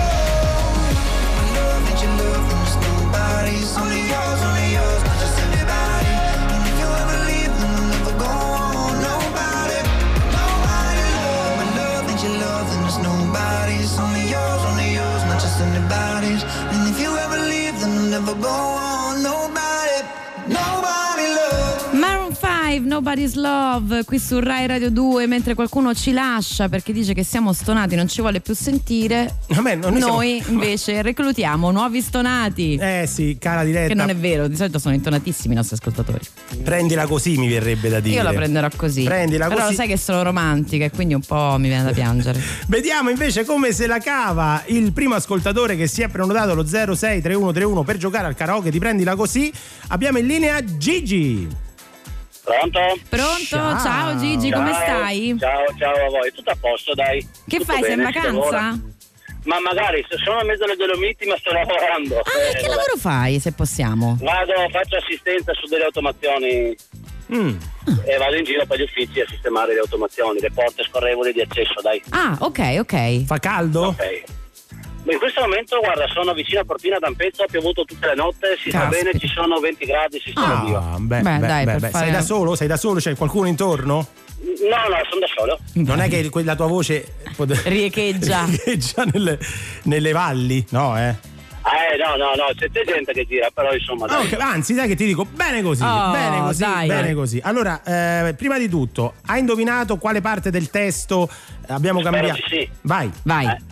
ain't your love, then it's nobody's. Only yours, only yours, not just anybody. And if you ever leave, then I'm never going. Nobody, nobody love. My love ain't your love, then it's nobody's. Only yours, only yours, not just anybody's. And if you ever leave, then I'm never going. Nobody, nobody love. Maroon five, Nobody's Love, qui su Rai Radio due, mentre qualcuno ci lascia perché dice che siamo stonati, non ci vuole più sentire. Vabbè, no, noi Noi siamo- invece reclutiamo nuovi stonati. Eh sì, cara diretta. Che non è vero, di solito sono intonatissimi i nostri ascoltatori. Prendila così, mi verrebbe da dire. Io la prenderò così. Prendila Però così. lo sai che sono romantica e quindi un po' mi viene da piangere. Vediamo invece come se la cava il primo ascoltatore che si è prenotato lo zero sei tre uno tre uno per giocare al karaoke di Prendila Così. Abbiamo in linea Gigi. Pronto? Pronto? Ciao, Ciao. Gigi, Ciao. come stai? Ciao, ciao a voi, tutto a posto, dai. Che Tutto fai? Sei in bene, si lavora. vacanza? Ma magari, se sono a mezzo alle Dolomiti, ma sto lavorando. Ah, Eh, che vabbè. lavoro fai, se possiamo? Vado, faccio assistenza su delle automazioni Mm. e vado in giro per gli uffici a sistemare le automazioni, le porte scorrevoli di accesso, dai. Ah, ok, ok. Fa caldo? Ok. Beh, in questo momento, guarda, sono vicino a Cortina d'Ampezzo, ha piovuto tutta la notte, si sta Caspita. bene, ci sono venti gradi, si sta via. Ah, beh, Beh, beh, dai, beh, per beh. fare- Sei da solo? Sei da solo? C'è qualcuno intorno? No, no, sono da solo. Non è che que- la tua voce pot- Riecheggia. riecheggia nelle, nelle valli? No, eh. Eh, no, no, no, c'è c'è gente che gira, però insomma, dai. Ok, anzi, dai che ti dico, bene così, Oh, bene così, dai. bene così. Allora, eh, prima di tutto, hai indovinato quale parte del testo abbiamo Spero cambiato? di sì. Vai. Vai. Eh.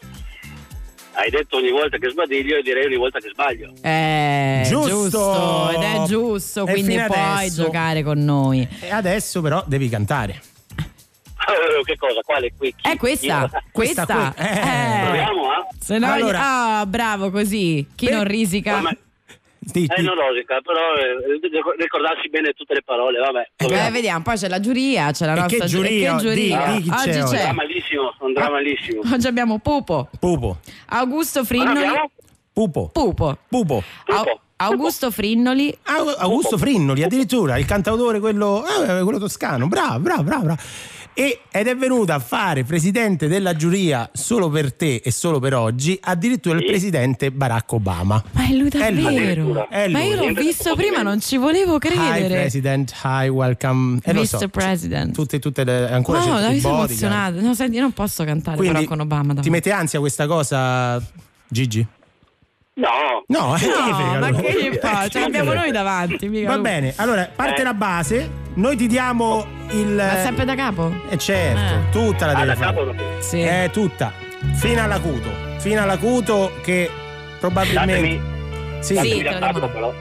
Hai detto ogni volta che sbadiglio e direi ogni volta che sbaglio. Eh, Giusto. giusto, ed è giusto, E quindi fino puoi adesso- giocare con noi. E adesso però devi cantare. Eh, che cosa? Quale qui? Chi? È questa, Io? questa. Questa qui. Eh. Eh. Proviamo, eh? Se no, Allora- ah, bravo così. Chi Beh, non risica? Ma- Ti- Eh, ti- non rosica, però eh, ricordarsi bene tutte le parole, vabbè. Eh, proviamo. vediamo, poi c'è la giuria, c'è la E nostra che giuria? e che giuria. Di- di chi c'è Oggi oggi? c'è. Andrà malissimo, andrà malissimo. Oggi abbiamo Pupo, Pupo. Augusto Cosa Frinnoli. abbiamo? Pupo. Pupo. Pupo. Au- Pupo. Augusto Frinnoli. Ah, Augusto Frinnoli, addirittura il cantautore, quello, ah, quello toscano. Bravo, bravo, bravo, bravo. E, ed è venuto a fare presidente della giuria solo per te e solo per oggi, addirittura il Sì. presidente Barack Obama. Ma è lui È lui. davvero? È Ma lui. io l'ho Niente, visto posso prima, dire. non ci volevo Hi credere. President, hi, welcome. E lo so, mister President. tutte, tutte le, ancora No, c'è no, il io sono bodyguard. emozionata. No, senti, io non posso cantare Quindi però con Obama davanti. ti mette ansia questa cosa, Gigi? No. No, eh, No, frega, ma allora. che gli fa? Ce Eh, l'abbiamo noi davanti, mica Va lui. bene, allora parte Eh. la base, noi ti diamo il... Ma sempre da capo? Eh, certo, Eh. tutta la Ah, devi da fare. capo? Sì. Eh, tutta, fino all'acuto, fino all'acuto che probabilmente... Datemi, Sì, Sì. datemi te la lo diamo. tappa, però.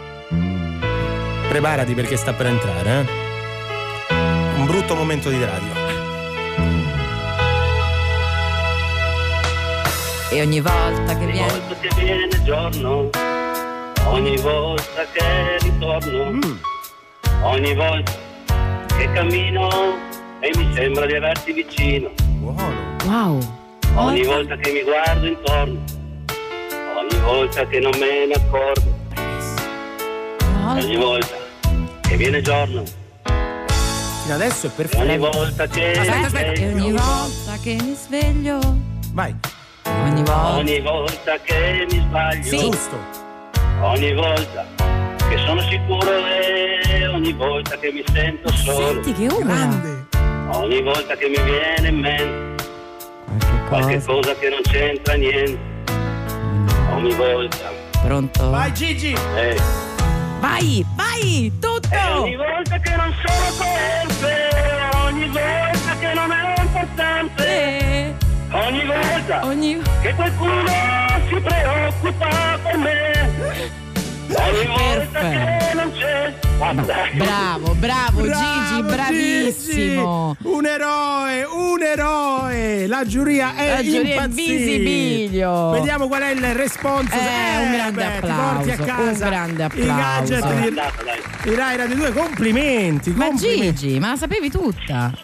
preparati perché sta per entrare, eh. Un brutto momento di radio. E ogni volta che Ogni viene. volta che viene il giorno, ogni volta che ritorno, Mm. ogni volta che cammino e mi sembra di averti vicino, Buono. Wow. ogni volta che mi guardo intorno, ogni volta che non me ne accorgo, ogni volta che viene il giorno, mattina adesso è perfetto. Ogni volta che Aspetta, aspetta. E ogni volta che mi sveglio. Vai. Ogni volta. Ogni volta che mi sbaglio. Sì. Giusto. Ogni volta che sono sicuro e ogni volta che mi sento solo. Senti che ora. Ogni volta che mi viene in mente qualche cosa, cosa che non c'entra niente. Ogni volta. Pronto? Vai Gigi. Eh. Vai, vai, tutto. E ogni volta che non sono coerente, ogni volta che non è importante. Eh. Ogni volta Ogni... che qualcuno si preoccupa per me. Ogni volta che non c'è. Bravo, bravo, Gigi, bravissimo. Gigi, un eroe, un eroe. La giuria è La giuria è impazzita. visibilio. Vediamo qual è il responso. Eh, un grande beh, ti applauso, porti a casa un grande i gadget applauso. di, di Rai Radio due. Complimenti, Ma complimenti. Gigi, ma la sapevi tutta?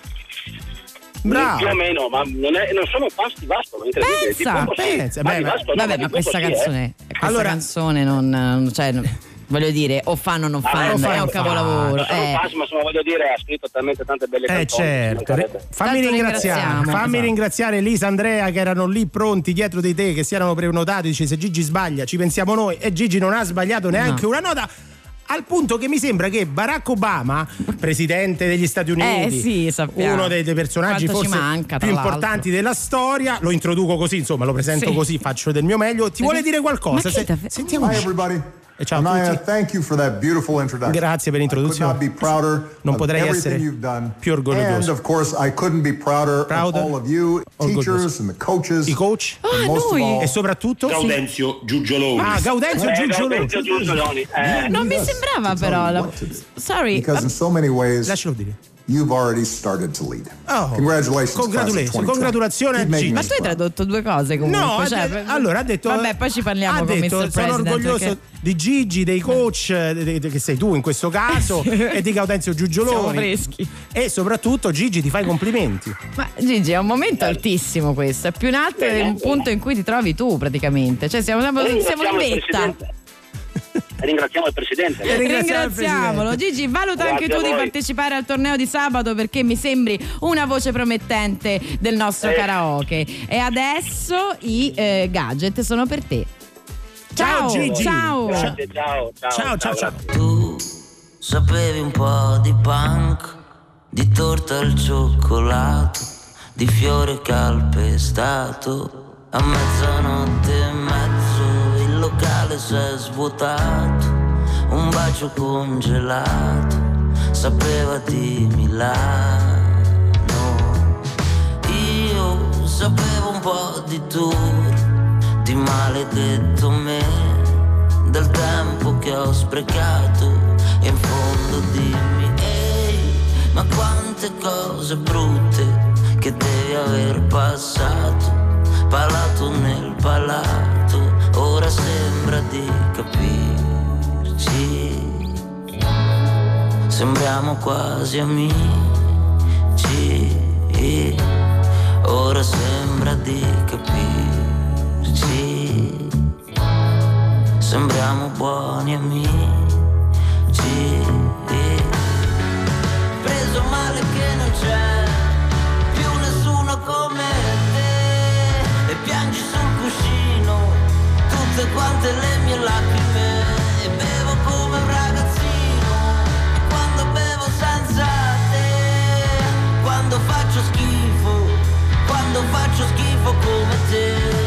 Bravo. Più o meno, ma non, è, non sono pasti Vasco, incredibile. Pensa, Tipo, sì, pensa, pasti beh, ma- Vasco, no, Vabbè, di ma questa tutto sì, canzone, eh. questa Allora- canzone non, cioè, non- voglio dire, o fanno o non Ah, fanno, non è fanno, un capolavoro. Non sono Eh. pasti, ma sono, voglio dire, ha scritto talmente tante belle Eh canzoni. certo, mancherebbe. fammi Tanto ringraziare, ringraziamo. fammi Esatto. ringraziare Elisa, Andrea che erano lì pronti dietro di te, che si erano prenotati, dice se Gigi sbaglia ci pensiamo noi e Gigi non ha sbagliato neanche No. una nota. Al punto che mi sembra che Barack Obama, presidente degli Stati Uniti, Eh, sì, sappiamo. uno dei, dei personaggi Quanto ci forse manca, tra più l'altro. importanti della storia, lo introduco così, insomma, lo presento Sì. così, faccio del mio meglio. Ti vuole dire qualcosa? Ma che Se- t'ha- sentiamo. Hi, everybody. E ciao a Anaya, tutti. thank you for that beautiful introduction. Grazie per I could l'introduzione. not be prouder Non of potrei everything essere you've done. più orgoglioso. And of course, I couldn't be prouder, Prouder, of all of you, orgoglioso. teachers and the coaches. I coach and Ah, most of noi. all, e soprattutto Gaudenzio Giugioloni. Ah, Gaudenzio Eh, Giugioloni. Gaudenzio Giugioloni, eh. Non mi Yes, sembrava to tell però. you la- what to do. Sorry. Because in so many ways, Lascialo dire. you've already started to lead. Oh, Congratulations, class of congratulations, twenty twenty. congratulazioni a Keep making Gigi. Ma us tu hai proud. tradotto due cose comunque. No, cioè, ha de- allora ha detto. Vabbè, poi ci parliamo ha con detto, mister sono President, orgoglioso perché- di Gigi, dei coach, eh, de- de- che sei tu in questo caso, e di Gaudenzio Giugioloni. Siamo freschi. E soprattutto, Gigi, ti fai i complimenti. Ma Gigi, è un momento altissimo questo. È più in alto Bene, è un bene. punto in cui ti trovi tu praticamente. Cioè siamo, siamo, siamo in Ringraziamo il vetta. Presidente. Ringraziamo il Presidente. E ringraziamo il Ringraziamolo. Presidente. Gigi, valuta Grazie anche tu a di voi. partecipare al torneo di sabato perché mi sembri una voce promettente del nostro Eh. karaoke. E adesso i eh, gadget sono per te. Ciao, Gigi. Ciao. Grazie, ciao, ciao. Ciao, ciao, ciao. grazie. Tu sapevi un po' di punk, di torta al cioccolato, di fiore calpestato. A mezzanotte e mezzo il locale si è svuotato, un bacio congelato sapeva di Milano. Io sapevo un po' di tour, di maledetto me, del tempo che ho sprecato e in fondo dimmi ehi, ma quante cose brutte che devi aver passato, palato nel palato, ora sembra di capirci, sembriamo quasi amici, ora sembra di capirci, sembriamo buoni amici. Preso male che non c'è più nessuno come te, e piangi sul cuscino tutte quante le mie lacrime, e bevo come un ragazzino, e quando bevo senza te, quando faccio schifo, quando faccio schifo come te.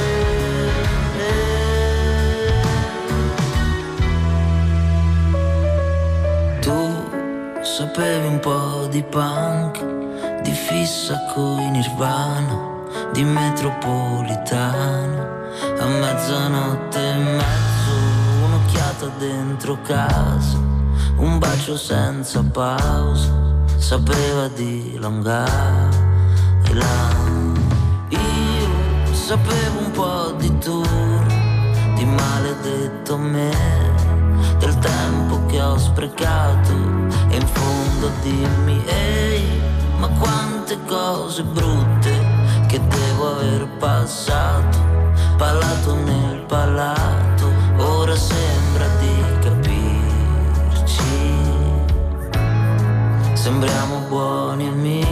Sapevi un po' di punk, di fissa coi Nirvana, di metropolitana. A mezzanotte e mezzo un'occhiata dentro casa, un bacio senza pausa, sapeva di Long Island. Io sapevo un po' di tour, di maledetto me, del tempo che ho sprecato, e in fondo dimmi ehi, ma quante cose brutte che devo aver passato, palato nel palato, ora sembra di capirci, sembriamo buoni amici.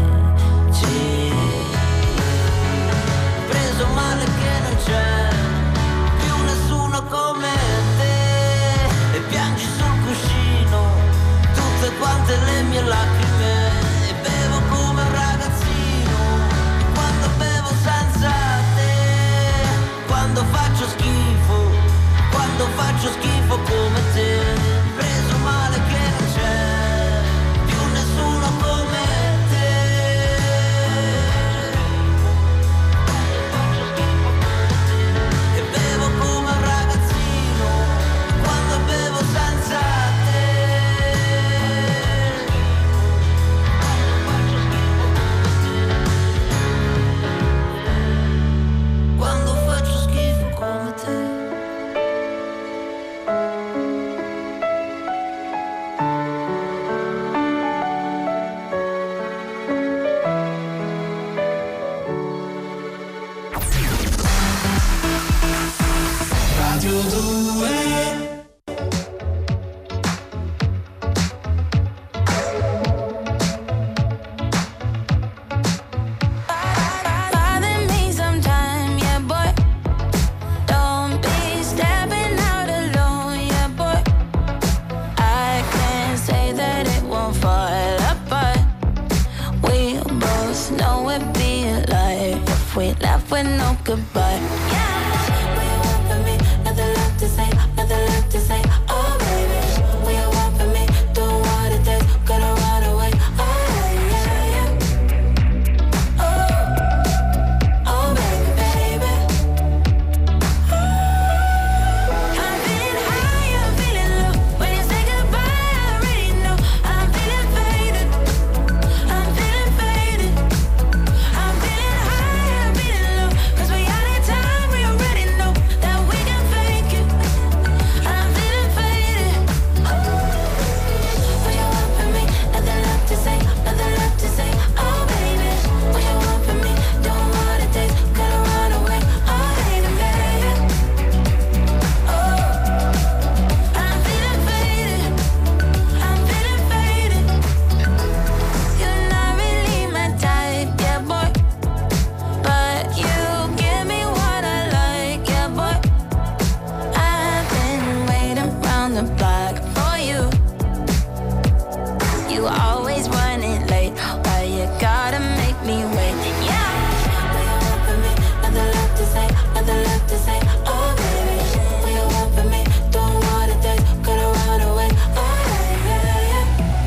Preso male che non c'è più nessuno come te, e piangi sul cuscino tutte quante le mie lacrime, e bevo come un ragazzino quando bevo senza te, quando faccio schifo, quando faccio schifo come te. Preso male che non c'è più nessuno come te. E bevo come un ragazzino quando bevo senza te. Quando faccio schifo come te. Radio due. Bother me sometime, yeah boy. Don't be stepping out alone, yeah boy. I can say that it won't fall apart. We both know it'd be a lie if we left with no goodbye. Yeah, what you want from me? Nothing left to say, nothing left to say. Oh baby, what you want from me? Do what it takes, gotta run away. Oh yeah, yeah. Oh, oh baby, baby. I'm feeling high, I'm feeling low. When you say goodbye, I already know. I'm feeling faded, I'm feeling faded. I'm feeling high, I'm feeling low. 'Cause we out of time, we already know that we can fake it. I'm feeling faded. What you want from me? Nothing left to say, nothing left to say. Oh baby, what you want from me? Don't want it takes, gotta run away. Oh baby, baby. Oh, I'm feeling faded. I'm feeling faded. You're not really my type, yeah boy. But you give me what I like, yeah boy. I've been waiting round the block for you. You always running late, why you gotta make me wait? Yeah, what you want from me? Nothing left to say, nothing left to say. Oh baby, what you want from me? Don't want it takes, gotta run away. Oh yeah, yeah.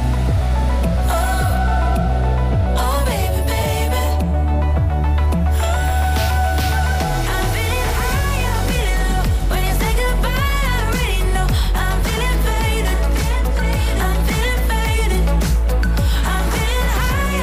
Oh, oh baby, baby. I'm feeling high, I'm feeling low. When you say goodbye, I already know. I'm feeling faded, I'm feeling faded. I'm feeling high,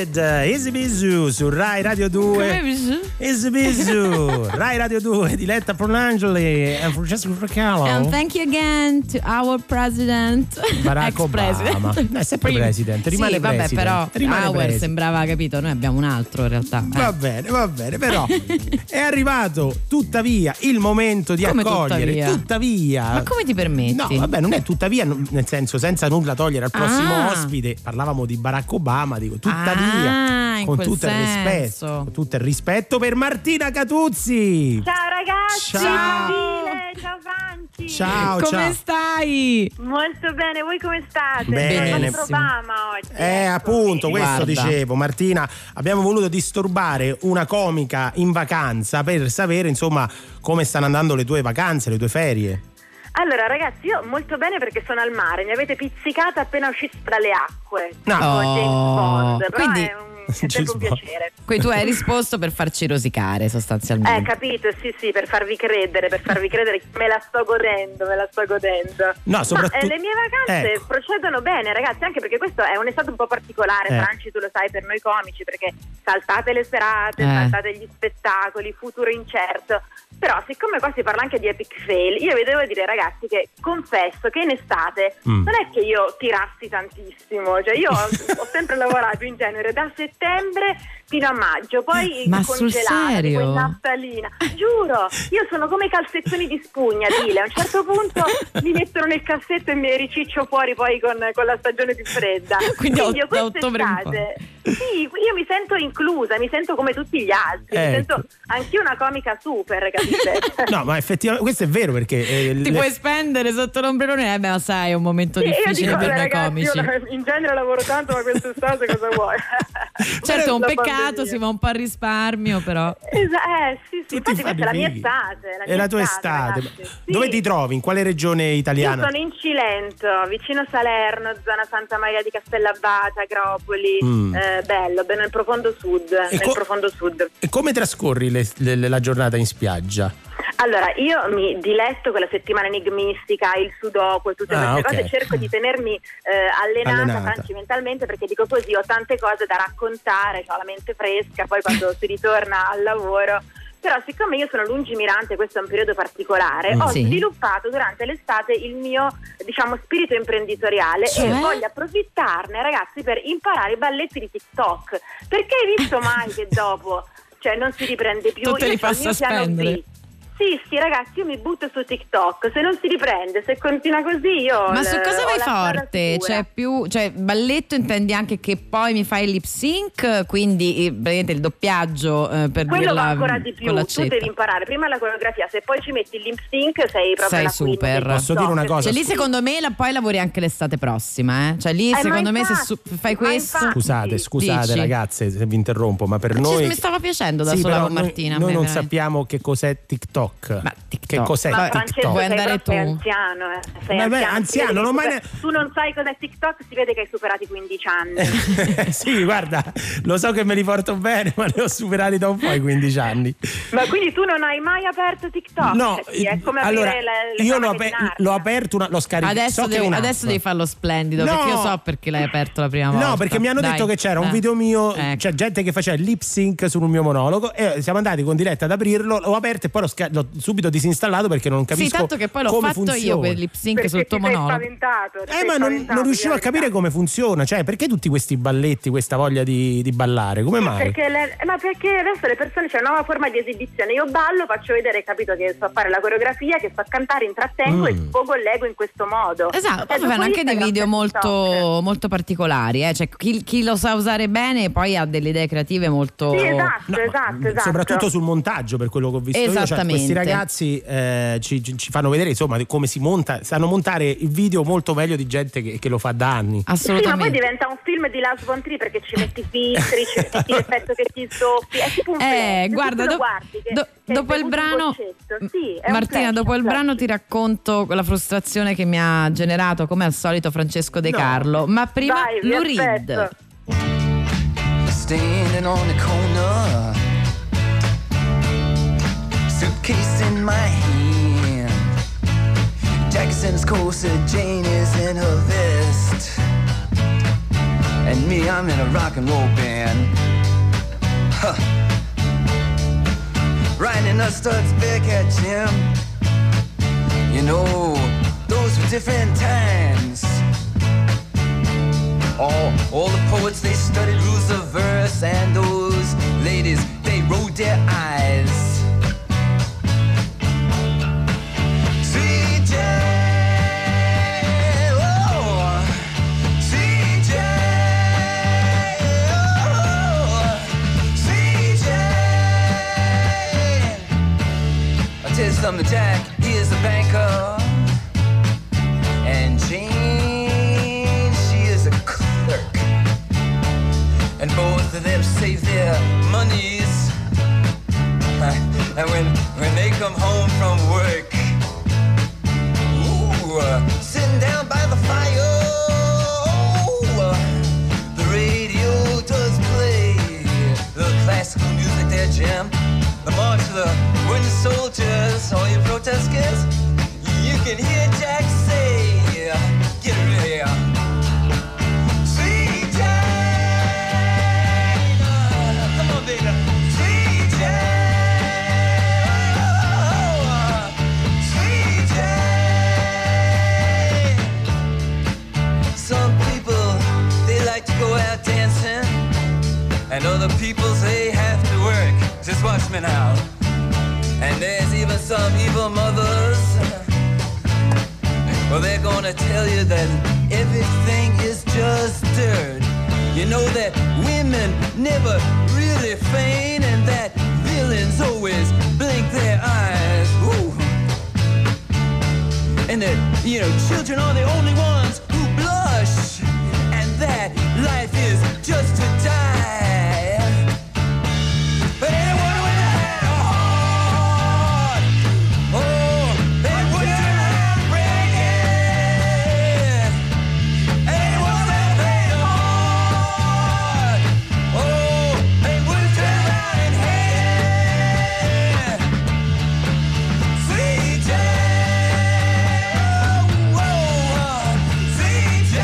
Limited, Easy Bisu su Rai Radio due. Easy Bisu, Rai Radio due, Diletta Pronangeli e Francesco Fracalo. And thank you again to our president, Barack Obama. È sempre president, rimane sì, vabbè, president. però Rimane Our president. sembrava, capito, noi abbiamo un altro in realtà. Eh. Va bene, va bene, però è arrivato tuttavia il momento di Come accogliere. tuttavia? Tuttavia. Ma come ti permetti? No, vabbè, non è tuttavia, nel senso, senza nulla togliere al prossimo Ah. ospite. Parlavamo di Barack Obama, dico tuttavia, Ah, in con quel tutto il senso. rispetto, con tutto il rispetto per Martina Catuzzi. Ciao ragazzi, Ciao. ciao File, ciao Franci. Ciao, come ciao. stai? Molto bene, voi come state? Bene. Sono il nostro Obama oggi. Eh, appunto, questo Guarda. dicevo, Martina, abbiamo voluto disturbare una comica in vacanza per sapere, insomma, come stanno andando le tue vacanze, le tue ferie. Allora ragazzi, io molto bene perché sono al mare, mi avete pizzicata appena uscita dalle acque. No. Tipo James Bond, però Quindi- è, un, è sempre un piacere. Qui tu hai risposto per farci rosicare Eh, sostanzialmente. capito, sì, sì, per farvi credere, per farvi credere che me la sto godendo, me la sto godendo. No, soprattutto- Ma eh, le mie vacanze Ecco. procedono bene, ragazzi, anche perché questo è un'estate un po' particolare, Eh. Franci, tu lo sai, per noi comici, perché saltate le serate, Eh. saltate gli spettacoli, futuro incerto. Però, siccome qua si parla anche di epic fail, io vi devo dire, ragazzi, che confesso che in estate Mm. non è che io tirassi tantissimo, cioè io ho, ho sempre lavorato in genere da settembre fino a maggio, poi Ma sul congelata, serio? tipo in naftalina. Giuro, io sono come i calzettoni di spugna, Dile, a un certo punto mi mettono nel cassetto e mi riciccio fuori poi con, con la stagione più fredda. Quindi da- io da ottobre in quest'estate, sì, io mi sento inclusa, mi sento come tutti gli altri, mi Ecco. sento anch'io una comica super, capite? No, ma effettivamente questo è vero perché eh, Ti le- puoi spendere sotto l'ombrellone, eh beh, ma sai, è un momento Sì, io difficile dico, per noi ragazzi, comici. io in genere lavoro tanto, ma quest'estate cosa vuoi? Certo, è un La peccato, pandemia. si va un po' a risparmio, però. Esa- eh, sì, sì, Tutti infatti questa è la mia fighi. estate. La è mia la tua estate. ragazzi. Sì. Dove ti trovi? In quale regione Io italiana? sono in Cilento, vicino Salerno, zona Santa Maria di Castellabate, Agropoli, Mm. eh, bello, bene nel profondo sud, nel co- profondo sud. E come trascorri le- le- la giornata in spiaggia? Allora, io mi diletto con la settimana enigmistica, il sudoku e tutte Ah, queste ok. cose, cerco di tenermi eh, allenata, Allenata. Franci, mentalmente, perché dico così, ho tante cose da raccontare, ho la mente fresca, poi quando si ritorna al lavoro. Però siccome io sono lungimirante, questo è un periodo particolare, Mm, ho sì. sviluppato durante l'estate il mio, diciamo, spirito imprenditoriale Cioè? e voglio approfittarne, ragazzi, per imparare i balletti di TikTok. Perché hai visto mai che dopo, cioè, non si riprende più? Tu te Io li c'ho il passa mio a piano spendere. B. Sì, sì, ragazzi, io mi butto su TikTok, se non si riprende, se continua così io Ma l- su cosa ho vai la strada forte? sicura. Cioè, più, cioè, balletto intendi anche che poi mi fai il lip sync, quindi eh, praticamente il doppiaggio eh, per Quello dirla va ancora di più, con tu l'accetta. devi imparare prima la coreografia, se poi ci metti il lip sync sei proprio Sei la queen super. del Posso dire una TikTok. cosa? Cioè, lì secondo me la, poi lavori anche l'estate prossima, eh? Cioè, lì ma secondo me se infatti, su- fai ma questo. infatti. Scusate, scusate Dici? ragazze se vi interrompo, ma per Ci- noi mi stava piacendo da Sì, sola però con noi- Martina. a Noi, me, non veramente. sappiamo che cos'è TikTok. Ma TikTok. Che cos'è Ma TikTok? Francesco, Vuoi sei andare proprio tu? anziano, eh. Sei Ma beh, anziano, anziano, si vede non che ho mai super- Tu non sai cos'è TikTok, si vede che hai superato i quindici anni. Sì, guarda, lo so che me li porto bene, ma li ho superati da un po' i quindici anni. Ma quindi tu non hai mai aperto TikTok? No, Cioè, sì, è come aprire allora le, le io l'ho, cronache di aper- Narnia. l'ho aperto, una, l'ho scaricato. Adesso, so che è devi, un'app. adesso devi farlo splendido, No. perché io so perché l'hai aperto la prima volta. No, perché mi hanno Dai, detto che c'era un eh. video mio, Ecco. c'è gente che faceva il lip sync su un mio monologo e siamo andati con Diletta ad aprirlo, l'ho aperto e poi l'ho, sca- l'ho subito disinstallato perché non capisco Sì, tanto che poi l'ho come fatto funziona. io quel lip sync Perché sul tuo ti sei monologo. spaventato, ti Eh, sei ma non, spaventato, non riuscivo a di capire verità. come funziona, cioè perché tutti questi balletti, questa voglia di, di ballare, come mai? Perché le- ma perché adesso le persone c'è una nuova forma di esibizione. Io ballo, faccio vedere, capito, che so fare la coreografia, che so cantare, intrattengo Mm. e sfogo l'ego in questo modo. Esatto, poi Eh, fanno dopo anche dei Instagram, video TikTok. molto, molto particolari, eh? Cioè chi, chi lo sa usare bene poi ha delle idee creative molto... Sì, esatto, No, esatto, esatto. soprattutto sul montaggio, per quello che ho visto io, cioè, Esattamente. questi ragazzi eh, ci, ci- ci fanno vedere insomma di come si monta, sanno montare il video molto meglio di gente che, che lo fa da anni. Sì, ma poi Assolutamente. diventa un film di Lars von Trier perché ci metti i filtri, ci metti l'effetto che ti soffi, è tipo un Eh, flash, guarda, tu lo do- guardi che- do- che dopo hai il bevuto un brano, goccetto. Sì, è un Martina, flash, dopo è il un brano flash. ti racconto la frustrazione che mi ha generato, come al solito, Francesco De No. Carlo. Ma prima Vai, vi Lou aspetto. Reed. Standing on the corner, suitcase in my hand, Jackson's corset, Jane is in her vest, and And me, I'm in a rock and roll band. Huh. Riding a Studs Bearcat Jim. You know, those were different times. All, all the poets, they studied rules of verse, and those ladies, they rolled their eyes. C J, oh, C J, oh, C J. I'll tell you something, Jack, he is a banker, and Jane, she is a clerk, and both of them save their monies, and when, when they come home from work, ooh, uh, sitting down by the fire, uh, the radio does play the classical music there, Jim. The march of the wooden soldiers, all you protesters, you can hear Jack say, get rid of here. C J, uh, come on, baby. C J, oh, C J. Some people, they like to go out dancing, and other people, they have to work. Just watch me now. And there's even some evil mothers, well, they're gonna tell you that everything is just dirt. You know that women never really feign, and that villains always blink their eyes. Ooh. And that, you know, children are the only ones who blush, and that life is just to die. But anyone with a heart, oh, they would turn breaking. Anyone with a heart, oh, they would turn around and hate. C J, oh, oh, C J,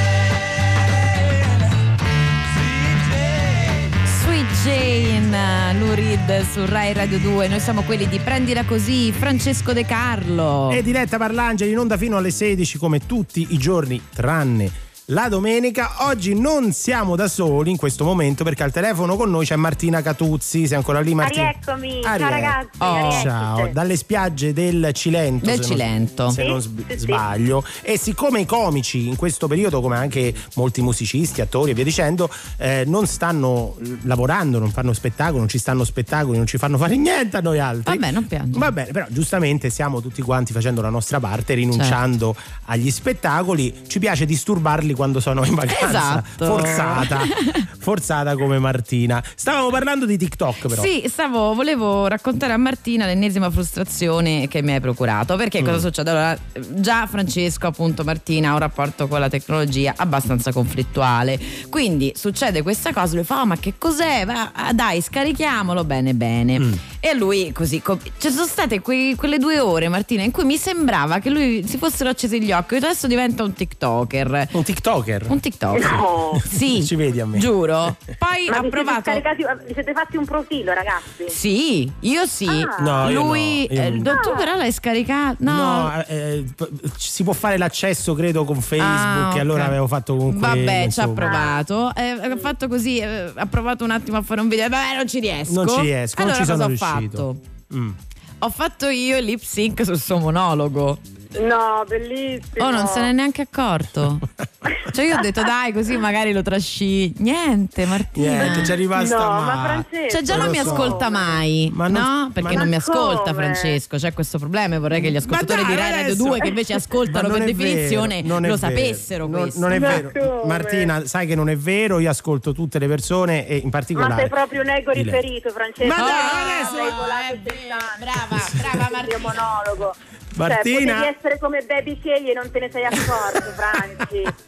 Sweet Jane, Lou Reed su Rai Radio due. Noi siamo quelli di Prendila Così, Francesco De Carlo. E Diletta Parlangeli in onda fino alle sedici come tutti i giorni tranne la domenica. Oggi non siamo da soli in questo momento perché al telefono con noi c'è Martina Catuzzi. Sei ancora lì, Martina? Rieccomi, Ah, ciao riecco. ragazzi. Oh, ciao, dalle spiagge del Cilento. Del se Cilento. Non, se non Sì, sb- sì, sì. sbaglio. E siccome i comici in questo periodo, come anche molti musicisti, attori e via dicendo, eh, non stanno lavorando, non fanno spettacoli, non ci stanno spettacoli, non ci fanno fare niente a noi altri. Vabbè, non piango. Va bene, però giustamente stiamo tutti quanti facendo la nostra parte, rinunciando agli spettacoli. Ci piace disturbarli quando sono in vacanza. Esatto. Forzata. Forzata come Martina. Stavamo parlando di TikTok, però. Sì, stavo, volevo raccontare a Martina l'ennesima frustrazione che mi hai procurato. Perché Mm. cosa succede? Allora, già Francesco, appunto, Martina ha un rapporto con la tecnologia abbastanza conflittuale. Quindi succede questa cosa, lui fa: oh, ma che cos'è? Va, ah, dai, scarichiamolo. Bene, bene. Mm. E lui così, com- ci sono state quei- quelle due ore, Martina, in cui mi sembrava che lui si fossero accesi gli occhi. Adesso diventa un TikToker. Un TikToker? Un TikToker. No. Sì, Ci vedi a me. giuro. Poi Ma ha vi siete provato. scaricati, vi siete fatti un profilo, ragazzi? Sì, io sì. Ah. No, io Lui, no, io eh, no. tu però l'hai scaricato? No. No, eh, p- si può fare l'accesso credo con Facebook, Ah, e allora ok. avevo fatto comunque Vabbè, ci ha insomma. provato. Eh, ha fatto così, eh, ha provato un attimo a fare un video. Vabbè, non ci riesco. Non ci riesco, non allora ci sono cosa ho riuscito. fatto? Mm. Ho fatto io il lip sync sul suo monologo. No, bellissimo. Oh, non se n'è neanche accorto. Cioè io ho detto dai, così magari lo trasci. Niente, Martina. Niente, c'è rimasta No, male. ma Francesco. Cioè già non lo mi so. ascolta mai, Ma non- no? Perché ma non mi non- ascolta come? Francesco, c'è questo problema e vorrei che gli ascoltatori dai, di Rai Radio adesso- due che invece ascoltano Ma non per è definizione vero, non è lo vero. sapessero Non- questo. Non è Ma vero. come? Martina, sai che non è vero, io ascolto tutte le persone e in particolare Ma sei proprio un ego di lei. riferito, Francesco. Ma dai, Ah, adesso- sei volato eh, beh, settanta. brava, brava Martina. Il mio monologo. Martina. Cioè, potevi essere come Baby K e non te ne sei accorto, Franci.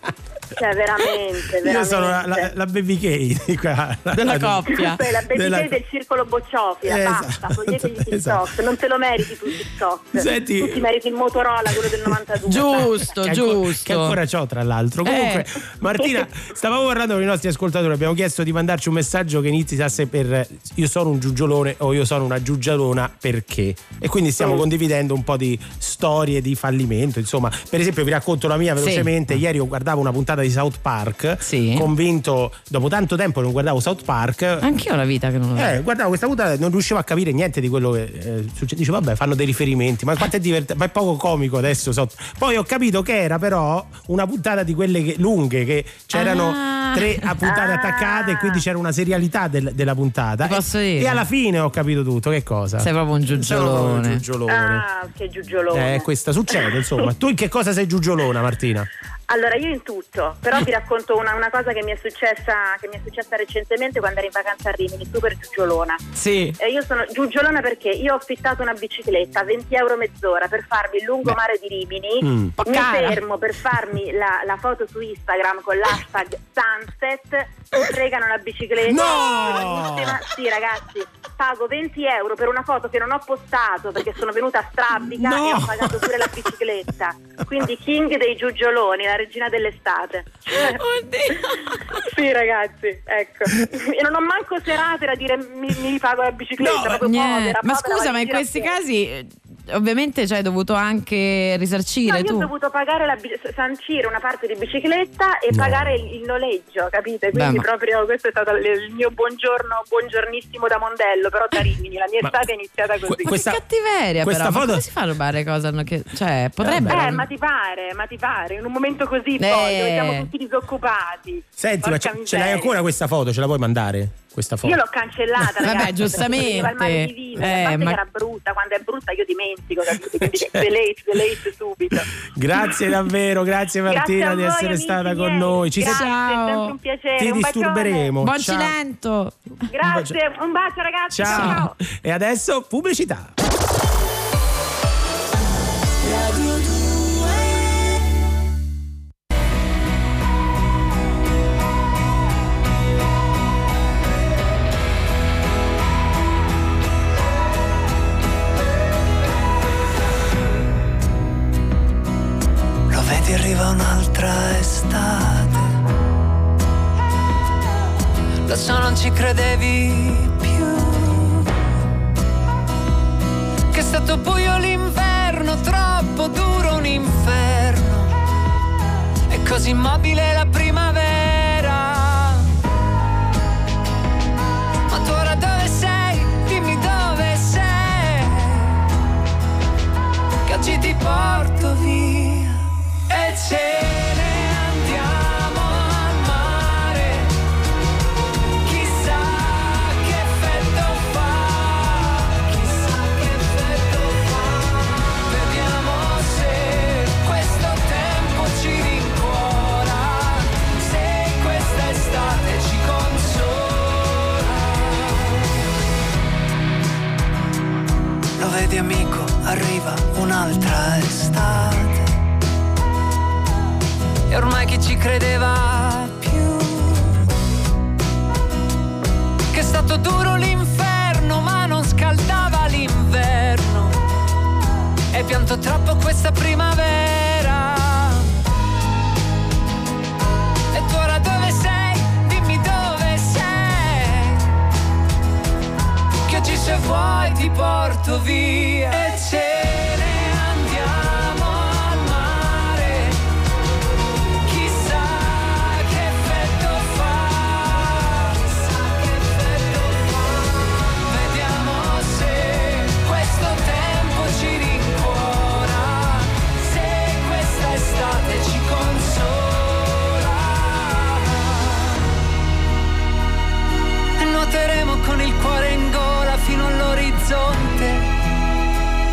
Cioè, veramente, veramente. Io sono la, la, la baby K di qua. Della coppia. Tu sei la baby Della- K del circolo bocciofila, Esatto, basta, toglietegli TikTok, esatto. non te lo meriti tu TikTok. Senti- Tu ti meriti il Motorola, quello del novantadue. Giusto, che ancora, giusto. che ancora c'ho tra l'altro. Comunque, Eh. Martina, stavamo parlando con i nostri ascoltatori, abbiamo chiesto di mandarci un messaggio che iniziasse per io sono un giugiolone o io sono una giugialona perché. E quindi stiamo Mm. condividendo un po' di storie di fallimento. Insomma, per esempio, vi racconto la mia velocemente. Ieri io guardavo una puntata di South Park, Sì. convinto, dopo tanto tempo non guardavo South Park. Anch'io ho la vita che non lo vedo. Eh, guardavo questa puntata e non riuscivo a capire niente di quello che eh, succede. Dicevo, vabbè, fanno dei riferimenti, ma quanto è divertente, ma è poco comico adesso. so- Poi ho capito che era però una puntata di quelle che- lunghe, che c'erano Ah. tre a puntate Ah. attaccate, e quindi c'era una serialità del- della puntata. Ti posso e, dire? e alla fine ho capito tutto. Che cosa? Sei proprio un Sono giugiolone. un giugiolone. Ah, che giugiolone. Eh, questa succede, insomma. Tu in che cosa sei giugiolona, Martina? Allora, io in tutto, però ti racconto una, una cosa che mi è successa che mi è successa recentemente quando ero in vacanza a Rimini, super giugiolona. Sì. E io sono giugiolona perché io ho affittato una bicicletta, venti euro mezz'ora, per farmi il lungomare di Rimini. Mm. po' Mi cara. fermo per farmi la, la foto su Instagram con l'hashtag Sunset, mi fregano la bicicletta. No! Sì, ragazzi, pago venti euro per una foto che non ho postato perché sono venuta a strabica No! e ho pagato pure la bicicletta. Quindi king dei giugioloni, la regina dell'estate. Sì, ragazzi, ecco. E non ho manco serate da dire mi, mi ripago la bicicletta. No, proprio Niente. povera, Ma povera, scusa, vado ma in giro a questi piedi. casi eh, ovviamente cioè, hai dovuto anche No, risarcire io tu. ho dovuto pagare la bi- sancire una parte di bicicletta e No. pagare il, il noleggio, capite? Quindi Beh, ma- proprio questo è stato il, il mio buongiorno, buongiornissimo da Mondello, però da Rimini, la mia Ma- estate è iniziata così. Que- questa- Che cattiveria, questa però. Ma foto- come si fa a rubare cose? hanno Che, cioè, potrebbero. Eh, ma ti pare, ma ti pare, in un momento così Eh. poi dove siamo tutti disoccupati. Senti, ma Porca ce, ce miseria. l'hai ancora questa foto? Ce la puoi mandare? Questa foto? Io l'ho cancellata, Vabbè, ragazzi, giustamente. perché veniva il male di vivere, Eh, a parte ma- che era brutta, quando è brutta io dimentico, capito? Quindi Certo. delete, delete subito. Grazie davvero, grazie Martina Grazie a di voi, essere amici stata con miei. noi. Ci Grazie, sentiamo. è sempre un piacere. Ti un bacione. disturberemo. Buon Ciao. cilento. Grazie, un bacio ragazzi. Ciao. E adesso pubblicità. Lo vedi, arriva un'altra estate. Lo so, non ci credevi più. Che è stato buio l'inverno, troppo duro un inferno. E così immobile la primavera. Ma tu ora dove sei? Dimmi dove sei. Che oggi ti porto via. E ce ne andiamo al mare. Chissà che effetto fa. Chissà che effetto fa. Vediamo se questo tempo ci rincuora. Se questa estate ci consola. Lo vedi amico, arriva un'altra estate. E ormai chi ci credeva più? Che è stato duro l'inferno ma non scaldava l'inverno. E pianto troppo questa primavera. E tu ora dove sei? Dimmi dove sei. Che oggi se vuoi ti porto via. E ce ne andiamo al mare. Chissà che effetto fa. Chissà che effetto fa. Vediamo se questo tempo ci rincuora. Se questa estate ci consola. E nuoteremo con il cuore in gola fino all'orizzonte.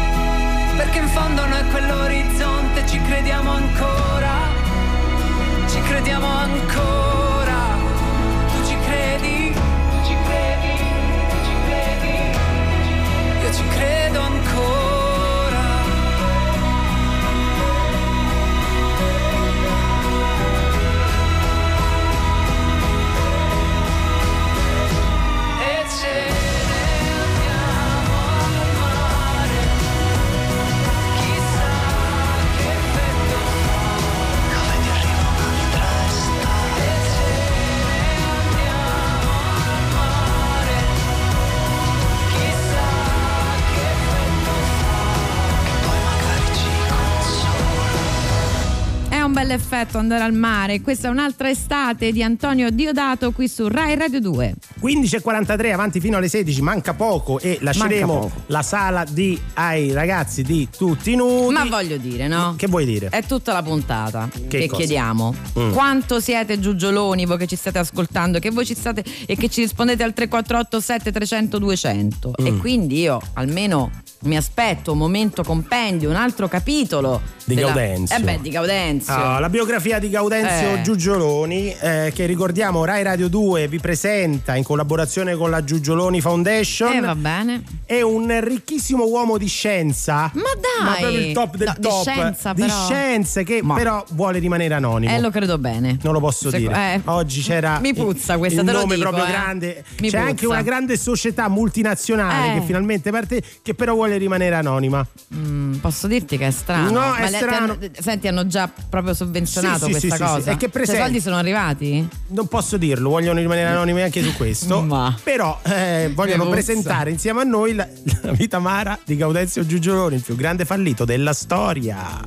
bell'effetto andare al mare. Questa è un'altra estate di Antonio Diodato qui su Rai Radio due. quindici e quarantatré, avanti fino alle sedici, manca poco e lasceremo poco. la sala di ai ragazzi di Tutti Nudi. Ma voglio dire, no? Che vuoi dire? È tutta la puntata che, che chiediamo. Mm. Quanto siete giugioloni voi che ci state ascoltando, che voi ci state e che ci rispondete al tre quattro otto sette trecento duecento. Mm. E quindi io almeno mi aspetto un momento compendio, un altro capitolo di della... Gaudenzio. Eh beh, di Gaudenzio. Ah, la biografia di Gaudenzio eh. Giugioloni, eh, che ricordiamo Rai Radio due vi presenta in collaborazione con la Giugioloni Foundation. Eh, va bene. È un ricchissimo uomo di scienza. Ma dai! Ma proprio il top del no, top. Di scienza, di però. scienze che Ma. però vuole rimanere anonimo. Eh, lo credo bene. Non lo posso Se, dire. Eh, Oggi c'era mi puzza questa, il te lo nome dico, proprio eh. grande. Mi C'è puzza. anche una grande società multinazionale Eh. che finalmente parte, che però vuole rimanere anonima. Mm, posso dirti che è strano. No, Ma è le- strano. ti hanno- senti, hanno già proprio sovvenzionato Sì, sì, questa sì, sì, cosa. sì. E che Cioè, i presenti- soldi sono arrivati? Non posso dirlo, vogliono rimanere anonimi anche su questo. Ma. Però eh, vogliono Che presentare insieme a noi la, la vita amara di Gaudenzio Giugioloni, il più grande fallito della storia.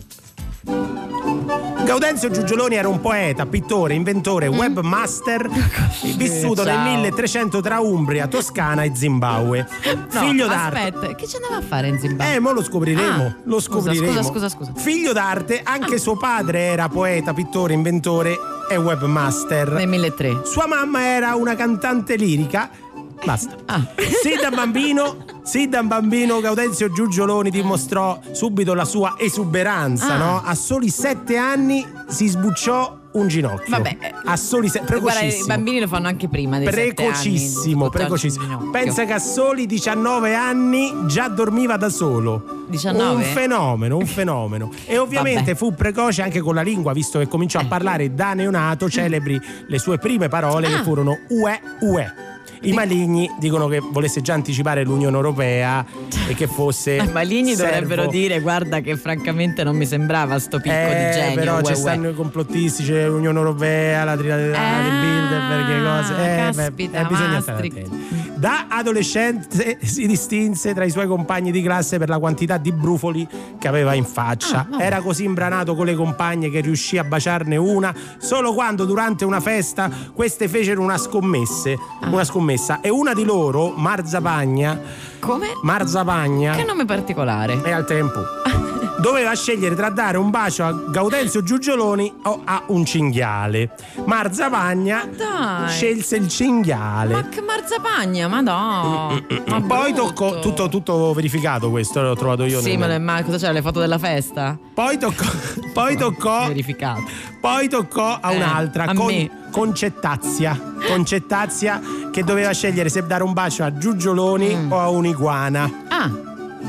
Gaudenzio Giugioloni era un poeta, pittore, inventore, Mm. webmaster vissuto ciao. nel milletrecento tra Umbria, Toscana e Zimbabwe. No, Figlio d'arte. aspetta, che ci andava a fare in Zimbabwe? Eh, mo lo scopriremo, Ah, lo scusa, scopriremo. Scusa, scusa, scusa. Figlio d'arte, anche suo padre era poeta, pittore, inventore e webmaster. Nel milletrecento. Sua mamma era una cantante lirica. Basta. Ah. Sì, da bambino, sì, da bambino Gaudenzio Giugioloni dimostrò subito la sua esuberanza, Ah. no? A soli sette anni si sbucciò un ginocchio. Vabbè, a soli sette, Guarda, precocissimo. i bambini lo fanno anche prima dei Precocissimo, sette anni, precocissimo. buttarci in Pensa che a soli diciannove anni già dormiva da solo. diciannove? Un fenomeno, un fenomeno. E ovviamente Vabbè. fu precoce anche con la lingua, visto che cominciò a parlare da neonato, celebri le sue prime parole Ah. che furono ue ue. I maligni dicono che volesse già anticipare l'Unione Europea e che fosse I maligni servo. dovrebbero dire: guarda che francamente non mi sembrava sto picco eh, di genio. però ue, ci ue. stanno i complottisti, c'è l'Unione Europea, la trilaterale, Ah, di Bilderberg, che cose. Eh, caspita, beh, eh, bisogna stare Maastricht. attenti. Da adolescente si distinse tra i suoi compagni di classe per la quantità di brufoli che aveva in faccia. Ah, Era così imbranato con le compagne che riuscì a baciarne una solo quando durante una festa queste fecero una scommesse, Ah. una scommessa e una di loro, Marzapagna, Come? Marzapagna Che nome particolare. è al tempo. Doveva scegliere tra dare un bacio a Gaudenzio Giugioloni o a un cinghiale. Marzapagna Dai. scelse il cinghiale. Ma che marzapagna, ma no. Ma Poi brutto. toccò tutto, tutto verificato questo, l'ho trovato io. Sì, nel- ma le- ma cosa c'è? Le foto della festa? Poi toccò, poi toccò, Verificato. poi toccò a Eh, un'altra, a con, me. Concettazia. Concettazia che doveva scegliere se dare un bacio a Giugioloni Mm. o a un'iguana. Ah.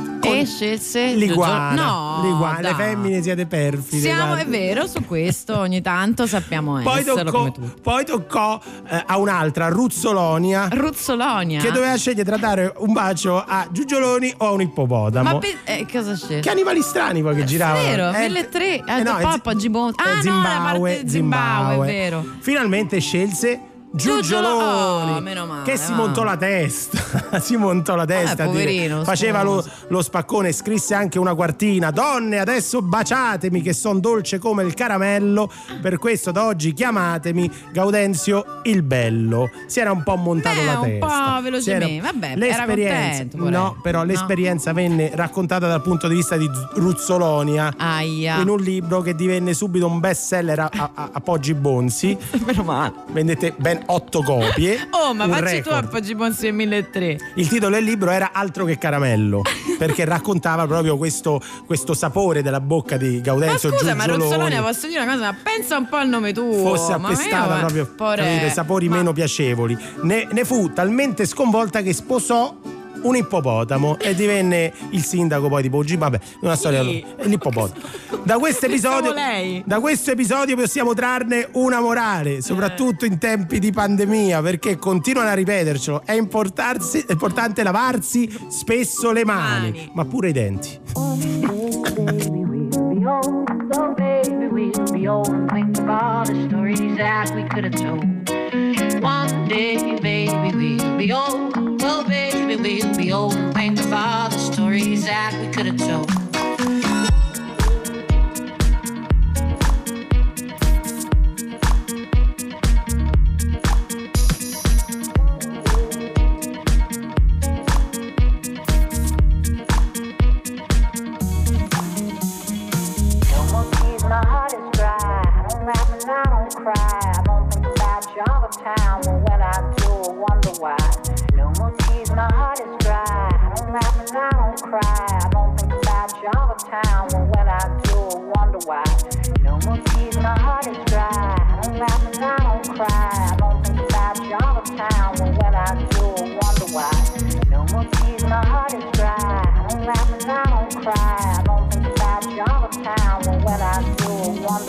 E scelse L'iguana. No, L'iguana. Le dai. femmine siete perfide. Siamo, guarda. è vero, su questo ogni tanto sappiamo Poi esserlo toccò, come tu. poi toccò eh, a un'altra, Ruzzolonia, Ruzzolonia. che doveva scegliere tra dare un bacio a Giugioloni o a un ippopotamo. Ma pe- eh, cosa sceglie? Che animali strani poi che giravano. Vero, Eh, milletre eh, no, è Poppa, Gibon. Zi- Ah, è no, la parte di Zimbabwe, è vero. Finalmente scelse Giugioloni, Oh, meno male, che si va. montò la testa, si montò la testa, Eh, a dire- poverino, faceva lo, scusa. lo spaccone, scrisse anche una quartina: donne adesso baciatemi che son dolce come il caramello, per questo da oggi chiamatemi Gaudenzio il bello. Si era un po' montato Beh, la un testa. po' velocemente, Si era- vabbè, era l'esperienza, contento, vorrei. no, però No. l'esperienza venne raccontata dal punto di vista di Ruzzolonia Aia. in un libro che divenne subito un best seller a, a, a Poggi Bonzi. Meno male. Vendette ben otto copie. Oh, ma un facci tu a record. Poggi Bonzi del milletremila. Il titolo del libro era Altro che caramello, perché raccontava proprio questo, questo sapore della bocca di Ma Gaudenzio scusa, ma Giugioloni. Ruzzolonia, posso dire una cosa? Ma pensa un po' al nome tuo. Fosse ma appestata io, proprio pore- capite, sapori ma- meno piacevoli. Ne, ne fu talmente sconvolta che sposò un ippopotamo e divenne il sindaco poi di Poggi. Vabbè, una storia. Sì. L'ippopotamo. Da questo episodio, Pensavo lei. da questo episodio possiamo trarne una morale, soprattutto in tempi di pandemia, perché continuano a ripetercelo. È importarsi- è importante lavarsi spesso le mani, Mani. ma pure i denti. be old, oh baby, we'll be old and think of all the stories that we could have told. One day, baby, we'll be old, oh baby, we'll be old and think of all the stories that we could have told.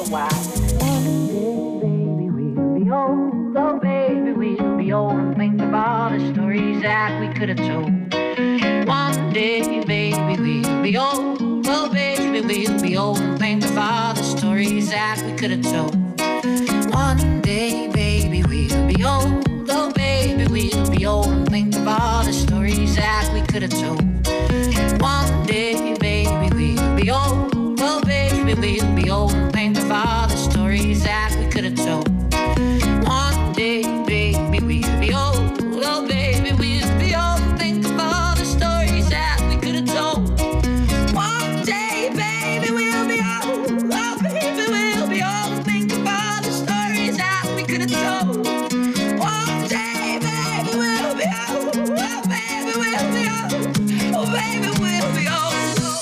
a while. Baby, we'll be old. Oh, baby, we'll be old and think of all the stories that we could have told. One day, baby, we'll be old. Oh, baby, we'll be old and think of all the stories that we could have told. One day, baby, we'll be old. Oh, baby, we'll be old and think of all the stories that we could have told. One day, baby, we'll be old. Oh, baby, we'll be old and think of all the stories that we could have told. One day, baby, we'll be old. Oh, baby, we'll be old and think of all the stories that we could have told. One day, baby, we'll be old. Oh, baby, we'll be old and think of all the stories that we could have told. One day, baby, we'll be old. Oh, baby, we'll be old. Oh, baby, we'll be old.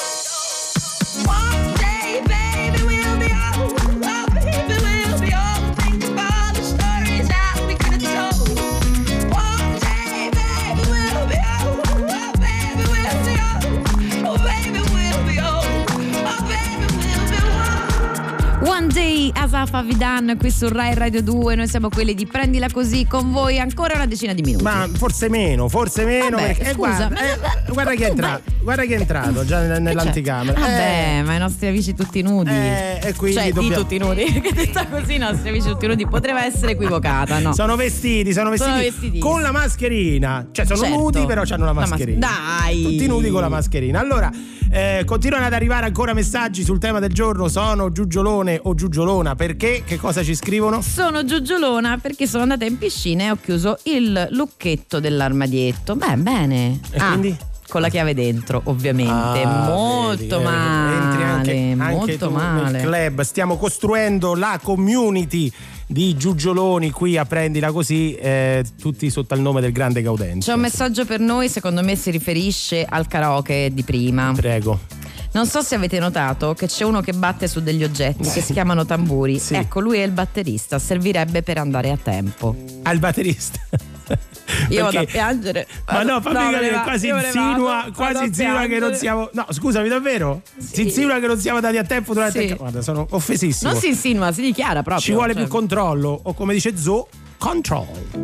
One day, baby, we'll be old. Oh, baby, we'll be old. Think of all the stories that we could have told. One day, baby, we'll be old. Oh, baby, we'll be old. Oh, baby, we'll be old. Oh, baby, we'll be old. One Day, Asaf Avidan qui su Rai Radio due. Noi siamo quelli di Prendila Così con voi ancora una decina di minuti. Ma forse meno, forse meno. Vabbè, perché, eh, scusa, guarda, eh, guarda che è entrato, guarda che è entrato già n- nell'anticamera. Vabbè, Eh, ma i nostri amici tutti nudi. Eh, e quindi cioè, dobbiamo- di tutti nudi. Che detta così, i nostri amici tutti nudi potrebbe essere equivocata, no? Sono vestiti, sono vestiti, Sono vestiti. con la mascherina. Cioè sono Certo. nudi, però hanno la La mas- mascherina. Dai! Tutti nudi con la mascherina. Allora, eh, continuano ad arrivare ancora messaggi sul tema del giorno. Sono giugiolone o giugiolona? Perché? Che cosa ci scrivono? Sono giugiolona perché sono andata in piscina e ho chiuso il lucchetto dell'armadietto. Beh, bene. E Ah, quindi? con la chiave dentro, ovviamente. Ah, molto vedi, eh, male. entri anche, anche molto tu male. nel club. Stiamo costruendo la community di giugioloni qui a Prendila Così, eh, tutti sotto il nome del grande Gaudenzi. C'è un messaggio per noi, secondo me si riferisce al karaoke di prima. Prego. Non so se avete notato che c'è uno che batte su degli oggetti che si chiamano tamburi. Sì. Ecco, lui è il batterista, servirebbe per andare a tempo. Al batterista. Io vado a Perché- piangere. Ma no, Vado- fammi me ne capire, va- quasi io me ne insinua, vado, quasi vado a insinua che non piangere. siamo. No, scusami, davvero? Si insinua che non siamo dati a tempo durante Sì. il. Guarda, sono offesissimo. Non si insinua, si dichiara proprio. Ci vuole cioè. più controllo, o come dice Zo, control.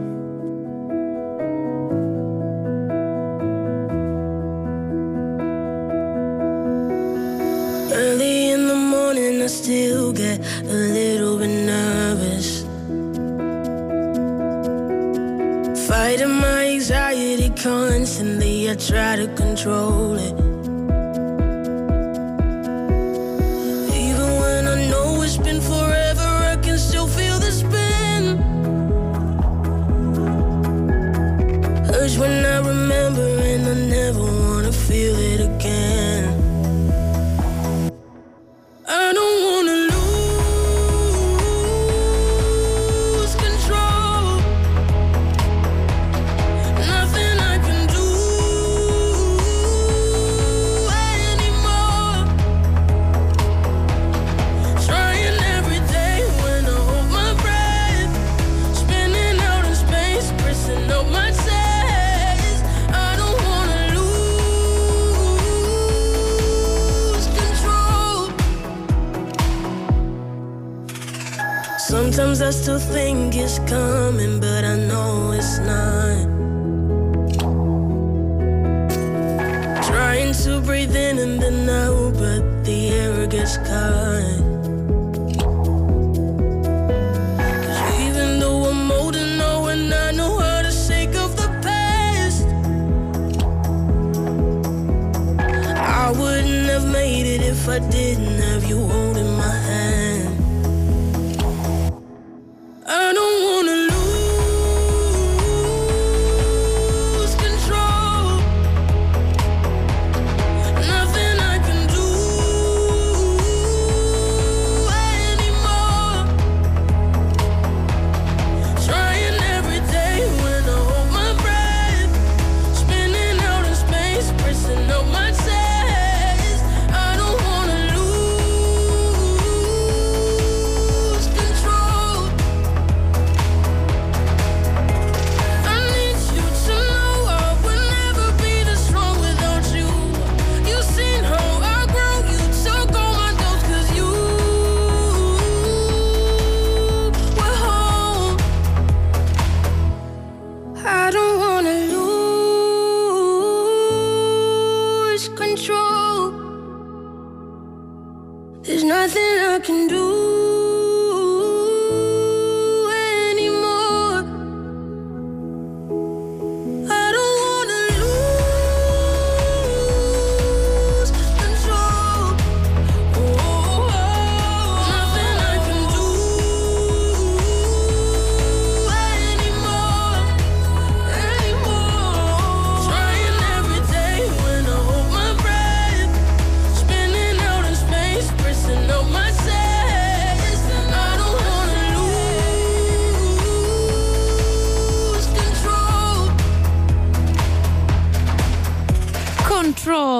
Early in the morning, I still get a little bit nervous. Fighting my anxiety constantly, I try to control it. Even when I know it's been forever, I can still feel the spin. Urge when I remember, and I never wanna feel it again. I don't wanna lose control. Nothing I can do anymore. Trying every day when I hold my breath. Spinning out in space, pressing up my chest. I don't wanna lose control. Sometimes I still think it's coming, but I know it's not. Trying to breathe in and then out, but the air gets caught. 'Cause even though I'm older now and I know how to shake off the past, I wouldn't have made it if I didn't have you holding my hand. I don't wanna lose control. Nothing I can do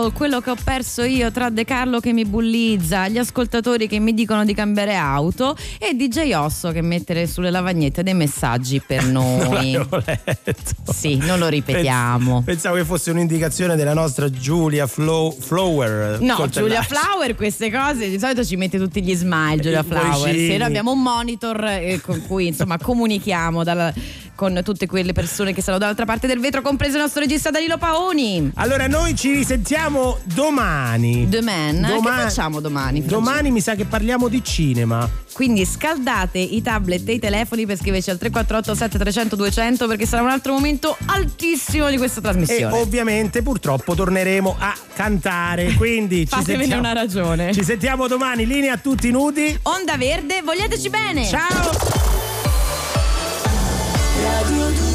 Trouble, quello che ho perso io tra De Carlo che mi bullizza, gli ascoltatori che mi dicono di cambiare auto e D J Osso che mette sulle lavagnette dei messaggi per noi. Non sì, non lo ripetiamo. Pensavo che fosse un'indicazione della nostra Giulia Flow, Flower. No, Giulia Flower queste cose di solito ci mette tutti gli smile. Giulia Flower. Sì, noi abbiamo un monitor eh, con cui insomma comunichiamo dalla, con tutte quelle persone che stanno dall'altra parte del vetro, compreso il nostro regista Danilo Paoni. Allora noi ci risentiamo domani. Doman. Domani. Che facciamo domani? Francesco? Domani mi sa che parliamo di cinema. Quindi scaldate i tablet e i telefoni per scriverci al tre quattro otto sette trecento duecento perché sarà un altro momento altissimo di questa trasmissione. E ovviamente purtroppo torneremo a cantare, quindi ci fatevene sentiamo, una ragione. Ci sentiamo domani, linea a tutti nudi. Onda Verde, vogliateci bene. Ciao. Radio